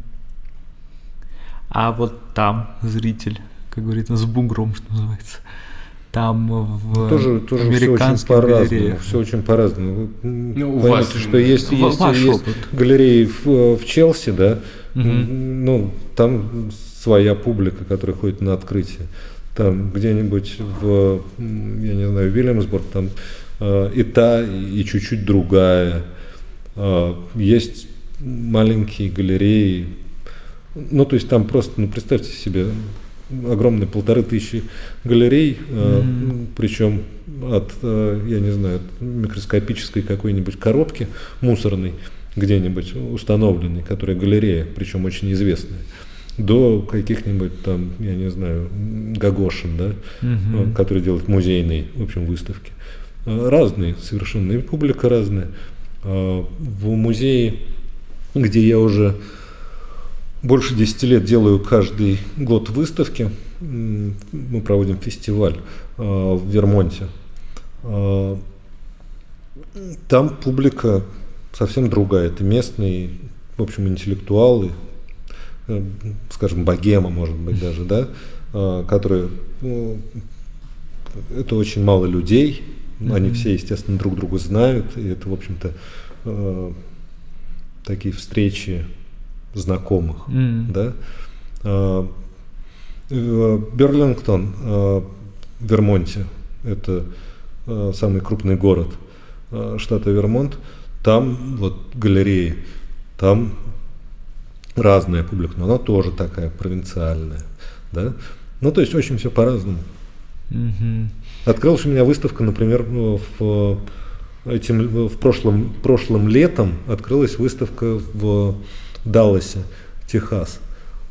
[SPEAKER 3] А вот там зритель, как говорится, с бугром, что называется. Там в
[SPEAKER 4] тоже, тоже
[SPEAKER 3] американских
[SPEAKER 4] все очень по-разному,
[SPEAKER 3] галереях.
[SPEAKER 4] Все очень по-разному. Вы
[SPEAKER 2] ну,
[SPEAKER 4] поймите,
[SPEAKER 2] вас,
[SPEAKER 4] что есть, есть, есть галереи в, в Челси, да, угу. ну, там своя публика, которая ходит на открытие. Там где-нибудь в, я не знаю, Вильямсбург, там э, и та, и чуть-чуть другая. Э, есть маленькие галереи. Ну, то есть там просто, ну, представьте себе, огромные полторы тысячи галерей, mm-hmm. э, причем от, э, я не знаю, от микроскопической какой-нибудь коробки мусорной где-нибудь установленной, которая галерея, причем очень известная, до каких-нибудь там, я не знаю, Гагошин, да, mm-hmm. э, который делает музейные, в общем, выставки. Э, разные совершенно, и публика разная. Э, в музее, где я уже больше десяти лет делаю каждый год выставки. Мы проводим фестиваль э, в Вермонте. Э, там публика совсем другая. Это местные, в общем, интеллектуалы, э, скажем, богема, может быть, даже, да, э, которые, ну, это очень мало людей. Mm-hmm. Они все, естественно, друг друга знают. И это, в общем-то, э, такие встречи знакомых, mm. да. Берлингтон в Вермонте, это самый крупный город штата Вермонт, там вот галереи, там разная публика, но она тоже такая провинциальная, да. Ну, то есть очень все по-разному. Mm-hmm. Открылась у меня выставка, например, в, этим, в прошлом, прошлым летом открылась выставка в Далласе, Техас.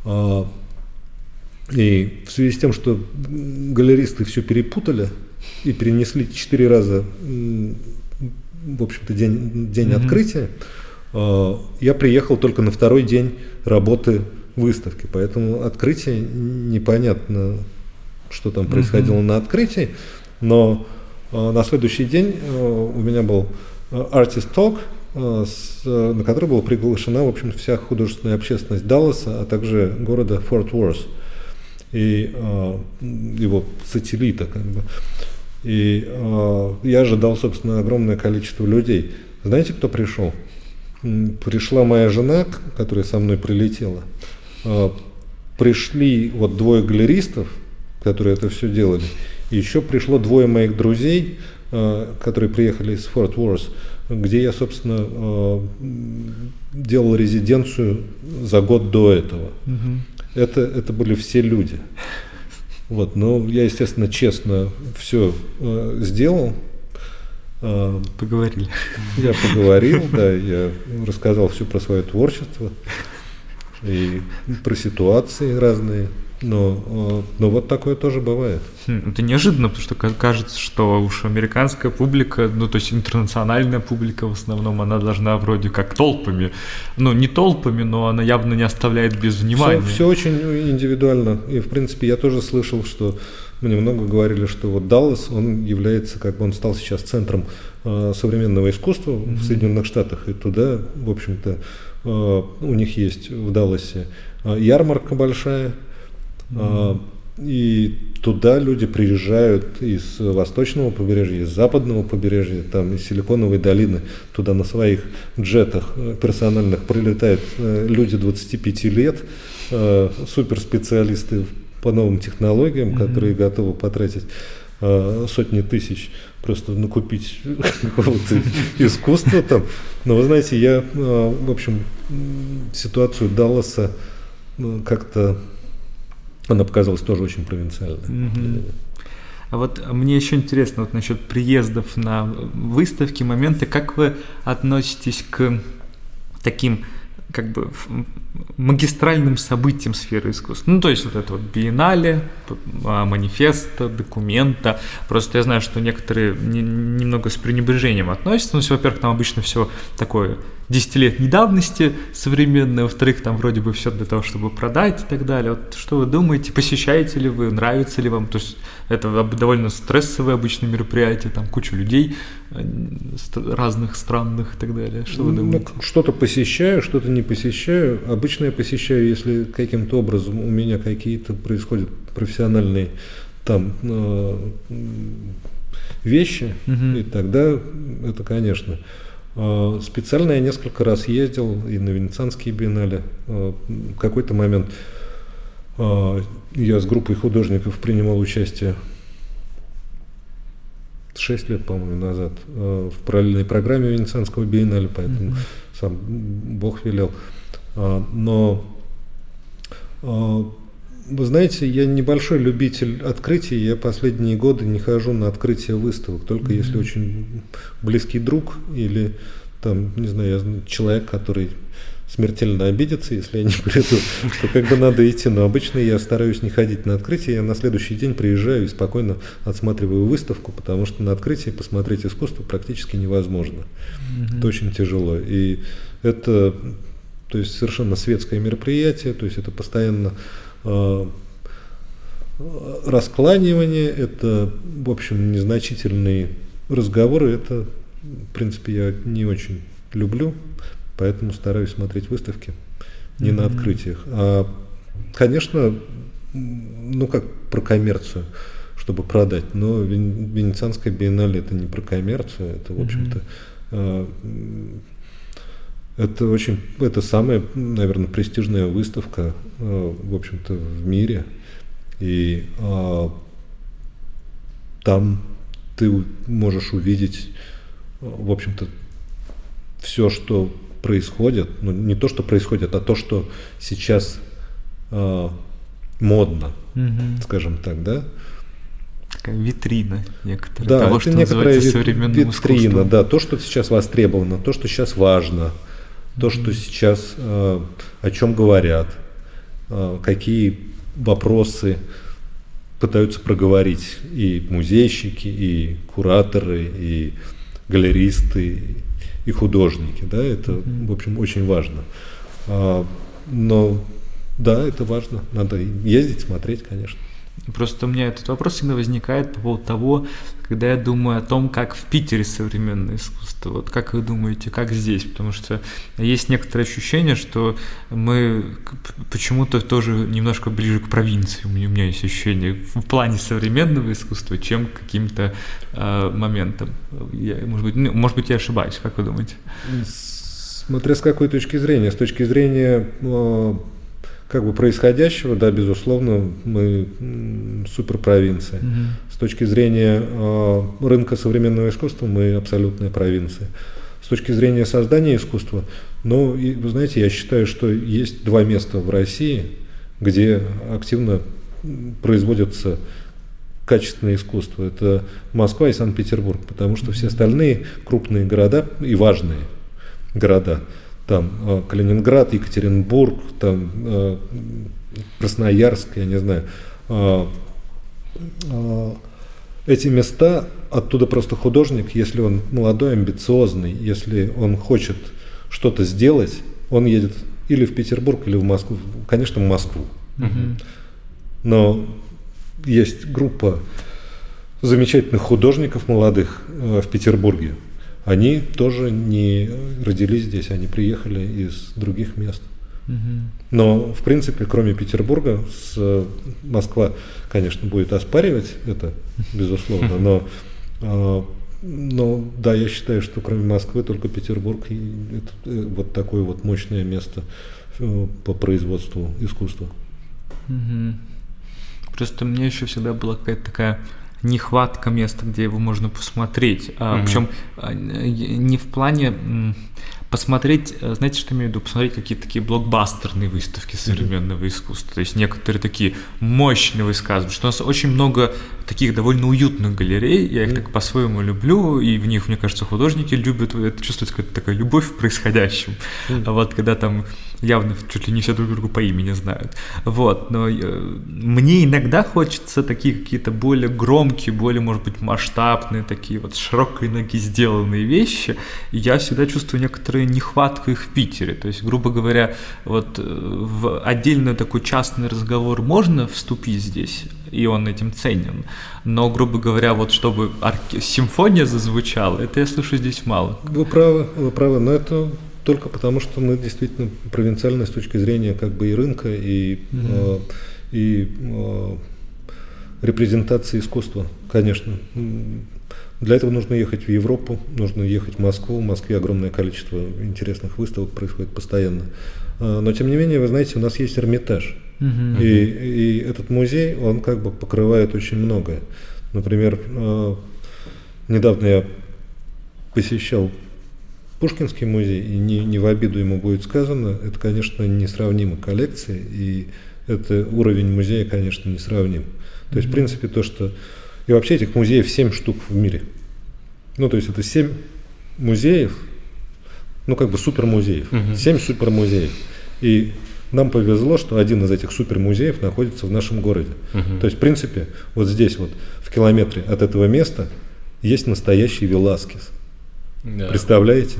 [SPEAKER 4] И в связи с тем, что галеристы все перепутали и перенесли четыре раза, в общем-то, день, день mm-hmm. открытия, я приехал только на второй день работы выставки. Поэтому открытие непонятно, что там происходило mm-hmm. на открытии. Но на следующий день у меня был Artist Talk, С, на который была приглашена, в общем, вся художественная общественность Далласа, а также города Форт Уорс и э, его сателлита, как бы. И э, я ожидал, собственно, огромное количество людей. Знаете, кто пришел? Пришла моя жена, которая со мной прилетела. Э, пришли вот двое галеристов, которые это все делали. И еще пришло двое моих друзей, э, которые приехали из Форт Уорс, где я, собственно, делал резиденцию за год до этого. Угу. Это, это были все люди. Вот, но я, естественно, честно все э, сделал.
[SPEAKER 3] Поговорили.
[SPEAKER 4] Я поговорил, да, я рассказал все про свое творчество и про ситуации разные, Но, но вот такое тоже бывает.
[SPEAKER 3] Это неожиданно, потому что кажется, что уж американская публика, ну то есть интернациональная публика в основном, она должна вроде как толпами, ну не толпами, но она явно не оставляет без внимания.
[SPEAKER 4] Все, все очень индивидуально. И в принципе я тоже слышал, что мне много говорили, что вот Даллас, он является, как бы он стал сейчас центром э, современного искусства mm-hmm. в Соединенных Штатах, и туда, в общем-то, э, у них есть в Далласе э, ярмарка большая. Mm-hmm. И туда люди приезжают из восточного побережья, из западного побережья, там из Силиконовой долины, туда на своих джетах персональных прилетают люди двадцати пяти лет, суперспециалисты по новым технологиям, mm-hmm. которые готовы потратить сотни тысяч просто накупить какого-то искусства там. Но вы знаете, я, в общем, ситуацию Далласа как-то она показалась тоже очень провинциальной.
[SPEAKER 3] Mm-hmm. А вот мне еще интересно вот насчет приездов на выставки, моменты. Как вы относитесь к таким как бы магистральным событиям сферы искусства? Ну, то есть вот это вот биеннале, манифеста, документа. Просто я знаю, что некоторые не, немного с пренебрежением относятся. Ну, во-первых, там обычно все такое десятилетней давности современное, во-вторых, там вроде бы все для того, чтобы продать и так далее. Вот что вы думаете, посещаете ли вы, нравится ли вам? То есть это довольно стрессовое обычное мероприятие, там куча людей разных, странных и так далее. Что вы думаете?
[SPEAKER 4] Ну, что-то посещаю, что-то не посещаю. Обычно я посещаю, если каким-то образом у меня какие-то происходят профессиональные там э, вещи, угу. и тогда это, конечно. Специально я несколько раз ездил и на Венецианские биеннале. В какой-то момент я с группой художников принимал участие шесть лет, по-моему, назад в параллельной программе Венецианского биеннале, поэтому mm-hmm. сам Бог велел. Но вы знаете, я небольшой любитель открытий, я последние годы не хожу на открытие выставок, только mm-hmm. если очень близкий друг или там, не знаю, я знаю, человек, который смертельно обидится, если я не приду, то как бы надо идти, но обычно я стараюсь не ходить на открытие, я на следующий день приезжаю и спокойно отсматриваю выставку, потому что на открытии посмотреть искусство практически невозможно, mm-hmm. это очень тяжело, и это, то есть совершенно светское мероприятие, то есть это постоянно раскланивание, это, в общем, незначительные разговоры, это, в принципе, я не очень люблю, поэтому стараюсь смотреть выставки не mm-hmm. на открытиях. А, конечно, ну как про коммерцию, чтобы продать, но Венецианская биеннале это не про коммерцию, это, в общем-то, mm-hmm. это очень, это самая, наверное, престижная выставка, в общем-то, в мире. И а, там ты можешь увидеть, в общем-то, все, что происходит. Ну, не то, что происходит, а то, что сейчас а, модно, mm-hmm. скажем так, да?
[SPEAKER 3] Такая витрина некоторая
[SPEAKER 4] да,
[SPEAKER 3] того,
[SPEAKER 4] это
[SPEAKER 3] что
[SPEAKER 4] некоторая
[SPEAKER 3] называется современным
[SPEAKER 4] витрина,
[SPEAKER 3] искусством.
[SPEAKER 4] Да, то, что сейчас востребовано, то, что сейчас важно, то, что сейчас, э, о чем говорят, э, какие вопросы пытаются проговорить и музейщики, и кураторы, и галеристы, и художники. Да, это, mm-hmm. в общем, очень важно. А, но да, это важно. Надо ездить, смотреть, конечно.
[SPEAKER 3] Просто у меня этот вопрос всегда возникает по поводу того, когда я думаю о том, как в Питере современное искусство. Вот как вы думаете, как здесь? Потому что есть некоторое ощущение, что мы почему-то тоже немножко ближе к провинции. У меня, у меня есть ощущение в плане современного искусства, чем к каким-то э, моментам. Я, может быть, ну, может быть, я ошибаюсь. Как вы думаете?
[SPEAKER 4] Смотря с какой точки зрения. С точки зрения э, как бы происходящего, да, безусловно, мы суперпровинция. Mm-hmm. С точки зрения э, рынка современного искусства мы абсолютная провинция. С точки зрения создания искусства, ну, и, вы знаете, я считаю, что есть два места в России, где активно производится качественное искусство. Это Москва и Санкт-Петербург, потому что все остальные крупные города и важные города там э, Калининград, Екатеринбург, там э, Красноярск, я не знаю. Э, э, эти места, оттуда просто художник, если он молодой, амбициозный, если он хочет что-то сделать, он едет или в Петербург, или в Москву, конечно, в Москву.
[SPEAKER 3] Угу.
[SPEAKER 4] Но есть группа замечательных художников молодых э, в Петербурге. Они тоже не родились здесь, они приехали из других мест.
[SPEAKER 3] Угу.
[SPEAKER 4] Но, в принципе, кроме Петербурга, с, Москва, конечно, будет оспаривать это, безусловно, но, э, но да, я считаю, что кроме Москвы только Петербург и это, э, вот такое вот мощное место э, по производству искусства.
[SPEAKER 3] Угу. Просто мне еще всегда была какая-то такая нехватка места, где его можно посмотреть. А, mm-hmm. Причем не в плане посмотреть, знаете, что я имею в виду? Посмотреть какие-то такие блокбастерные выставки современного mm-hmm. искусства. То есть некоторые такие мощные высказывания, что у нас очень много таких довольно уютных галерей, я их mm-hmm. так по-своему люблю, и в них, мне кажется, художники любят, это чувствуется какая-то такая любовь к происходящему. Mm-hmm. А вот когда там явно чуть ли не все друг друга по имени знают. Вот, но э, мне иногда хочется такие какие-то более громкие, более, может быть, масштабные, такие вот с широкой ноги сделанные вещи, и я всегда чувствую некоторую нехватку их в Питере. То есть, грубо говоря, вот в отдельный такой частный разговор можно вступить здесь, и он этим ценен, но, грубо говоря, вот чтобы орке... симфония зазвучала, это я слышу здесь мало.
[SPEAKER 4] Вы правы, вы правы, но это только потому, что мы действительно провинциальны с точки зрения как бы и рынка, и, mm-hmm. э, и э, репрезентации искусства, конечно. Для этого нужно ехать в Европу, нужно ехать в Москву. В Москве огромное количество интересных выставок происходит постоянно. Но, тем не менее, вы знаете, у нас есть Эрмитаж. Mm-hmm. И, и этот музей, он как бы покрывает очень многое. Например, э, недавно я посещал Пушкинский музей, и не, не в обиду ему будет сказано, это, конечно, несравнимы коллекции, и это уровень музея, конечно, несравним. То есть, mm-hmm. в принципе, то, что... И вообще этих музеев семь штук в мире. Ну, то есть, это семь музеев, ну, как бы супермузеев. Mm-hmm. семь супермузеев. И нам повезло, что один из этих супермузеев находится в нашем городе. Mm-hmm. То есть, в принципе, вот здесь вот, в километре от этого места, есть настоящий Веласкес. Да. Представляете?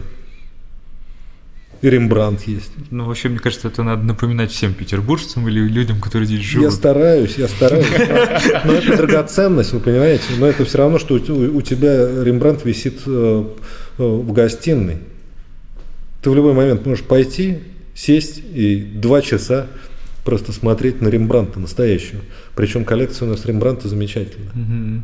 [SPEAKER 4] И Рембрандт есть.
[SPEAKER 3] Ну, вообще, мне кажется, это надо напоминать всем петербуржцам или людям, которые здесь живут.
[SPEAKER 4] Я стараюсь, я стараюсь. Но это драгоценность, вы понимаете? Но это все равно, что у тебя Рембрандт висит в гостиной. Ты в любой момент можешь пойти, сесть и два часа просто смотреть на Рембрандта настоящего. Причем коллекция у нас Рембрандта замечательная.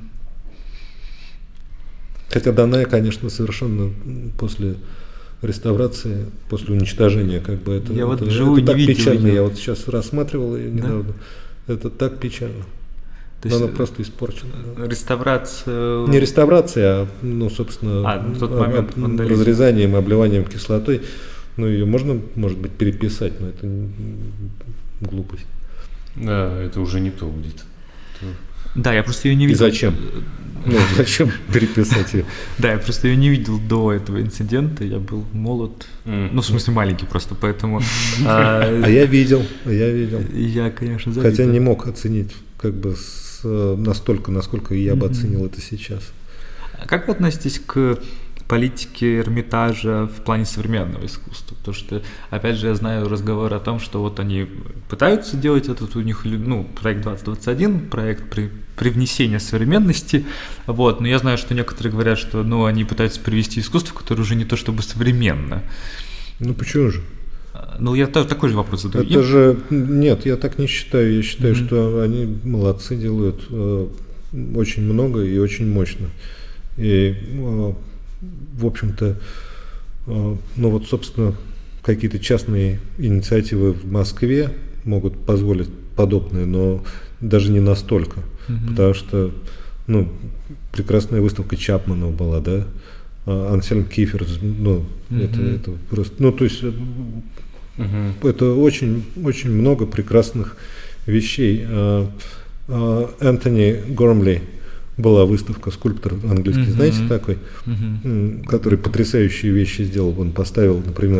[SPEAKER 4] Хотя данная, конечно, совершенно после реставрации, после уничтожения, как бы это,
[SPEAKER 3] я
[SPEAKER 4] это,
[SPEAKER 3] вот
[SPEAKER 4] это,
[SPEAKER 3] живу,
[SPEAKER 4] это так
[SPEAKER 3] видел
[SPEAKER 4] печально.
[SPEAKER 3] ее.
[SPEAKER 4] Я вот сейчас рассматривал ее недавно. Да? Это так печально.
[SPEAKER 3] То есть
[SPEAKER 4] она просто испорчена. Да.
[SPEAKER 3] Реставрация...
[SPEAKER 4] Не реставрация, а, ну, собственно,
[SPEAKER 3] а, в тот момент
[SPEAKER 4] об, разрезанием, обливанием кислотой. Ну, ее можно, может быть, переписать, но это глупость.
[SPEAKER 2] Да, это уже не то будет.
[SPEAKER 3] Да, я просто ее не видел.
[SPEAKER 4] И зачем? Ну, зачем переписать ее?
[SPEAKER 3] Да, я просто ее не видел до этого инцидента, я был молод, ну, в смысле маленький просто, поэтому...
[SPEAKER 4] А я видел, я видел.
[SPEAKER 3] Я, конечно, завидую.
[SPEAKER 4] Хотя не мог оценить как бы настолько, насколько я бы оценил это сейчас.
[SPEAKER 3] Как вы относитесь к политике Эрмитажа в плане современного искусства? Потому что, опять же, я знаю разговор о том, что вот они пытаются делать этот у них, ну, проект двадцать двадцать один, проект при, привнесения современности, вот, но я знаю, что некоторые говорят, что, ну, они пытаются привести искусство, которое уже не то чтобы современно.
[SPEAKER 4] Ну, почему же?
[SPEAKER 3] Ну, я такой же вопрос задаю.
[SPEAKER 4] Это же, нет, я так не считаю, я считаю, mm-hmm. что они молодцы, делают э, очень много и очень мощно. И э, в общем-то, ну вот, собственно, какие-то частные инициативы в Москве могут позволить подобное, но даже не настолько, mm-hmm. потому что, ну, прекрасная выставка Чапмана была, да, Ансельм Кифер, ну, mm-hmm. это, это просто, ну, то есть, mm-hmm. это очень, очень много прекрасных вещей. Энтони Гормли была выставка, скульптор английский, mm-hmm. знаете, такой, mm-hmm. который потрясающие вещи сделал. Он поставил, например,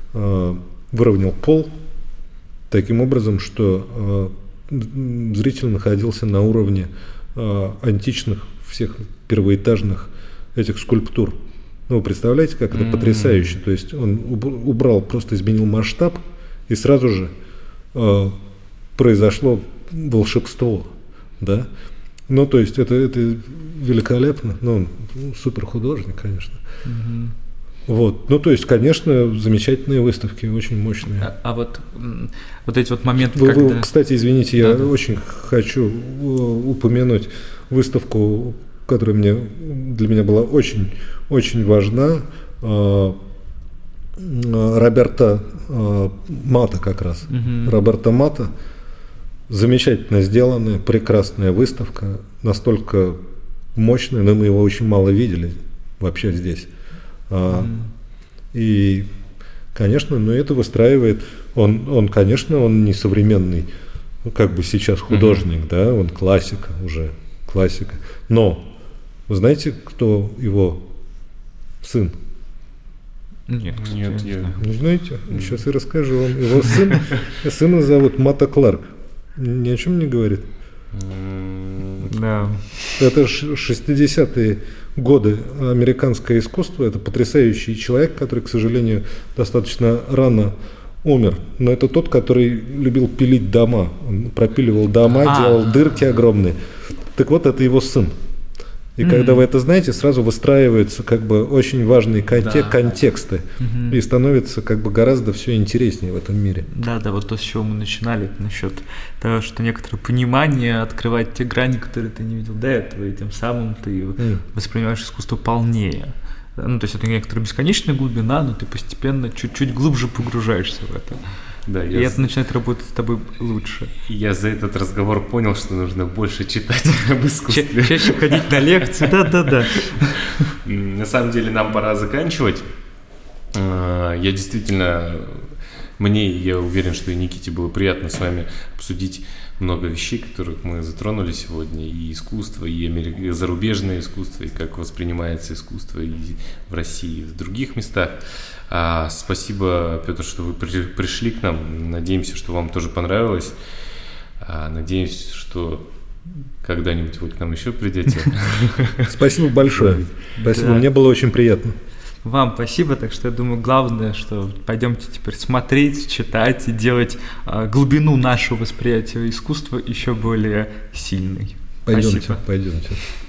[SPEAKER 4] э, выровнял пол таким образом, что э, зритель находился на уровне э, античных всех первоэтажных этих скульптур. Ну, вы представляете, как это mm-hmm. потрясающе. То есть он убрал, просто изменил масштаб, и сразу же э, произошло волшебство, да. Ну, то есть это, это великолепно. Ну, он супер художник, конечно. Mm-hmm. Вот. Ну, то есть, конечно, замечательные выставки, очень мощные.
[SPEAKER 3] А, а вот, вот эти вот моменты,
[SPEAKER 4] вы,
[SPEAKER 3] когда...
[SPEAKER 4] вы, кстати, извините, я
[SPEAKER 3] да,
[SPEAKER 4] очень да. хочу упомянуть выставку, которая мне, для меня была очень, очень важна, Роберто Мата как раз. Угу. Роберто Мата. Замечательно сделанная, прекрасная выставка, настолько мощная, но мы его очень мало видели вообще здесь. Mm. И, конечно, но это выстраивает, он, он, конечно, он не современный, ну, как бы сейчас художник, mm-hmm. да, он классика уже, классика. Но вы знаете, кто его сын?
[SPEAKER 3] Нет,
[SPEAKER 2] нет, я...
[SPEAKER 4] Не знаете? Mm. Сейчас я расскажу вам. Его сын, сына зовут Мата Кларк. Ни о чем не говорит.
[SPEAKER 3] Да.
[SPEAKER 4] Это шестидесятые годы американское искусство. Это потрясающий человек, который, к сожалению, достаточно рано умер. Но это тот, который любил пилить дома. Он пропиливал дома, а. делал дырки огромные. Так вот, это его сын. И mm-hmm. когда вы это знаете, сразу выстраиваются как бы очень важные контек- да. контексты. Mm-hmm. И становится как бы гораздо все интереснее в этом мире.
[SPEAKER 3] Да, да, вот то, с чего мы начинали, насчет того, что некоторое понимание, открывать те грани, которые ты не видел до этого, и тем самым ты mm. воспринимаешь искусство полнее. Ну, то есть это некоторая бесконечная глубина, но ты постепенно чуть-чуть глубже погружаешься в это.
[SPEAKER 2] Да,
[SPEAKER 3] и
[SPEAKER 2] я
[SPEAKER 3] это начинает работать с тобой лучше.
[SPEAKER 2] Я за этот разговор понял, что нужно больше читать об искусстве.
[SPEAKER 3] Ча- чаще ходить на лекции, да-да-да.
[SPEAKER 2] На самом деле нам пора заканчивать. Я действительно, мне, я уверен, что и Никите было приятно с вами обсудить много вещей, которых мы затронули сегодня, и искусство, и амери... зарубежное искусство, и как воспринимается искусство и в России, и в других местах. А, спасибо, Петр, что вы при... пришли к нам. Надеемся, что вам тоже понравилось. А, надеемся, что когда-нибудь вы к нам еще придете.
[SPEAKER 4] Спасибо большое. Спасибо, мне было очень приятно.
[SPEAKER 3] Вам спасибо, так что я думаю, главное, что пойдемте теперь смотреть, читать и делать а, глубину нашего восприятия искусства еще более сильной.
[SPEAKER 4] Пойдемте,
[SPEAKER 3] спасибо.
[SPEAKER 4] пойдемте.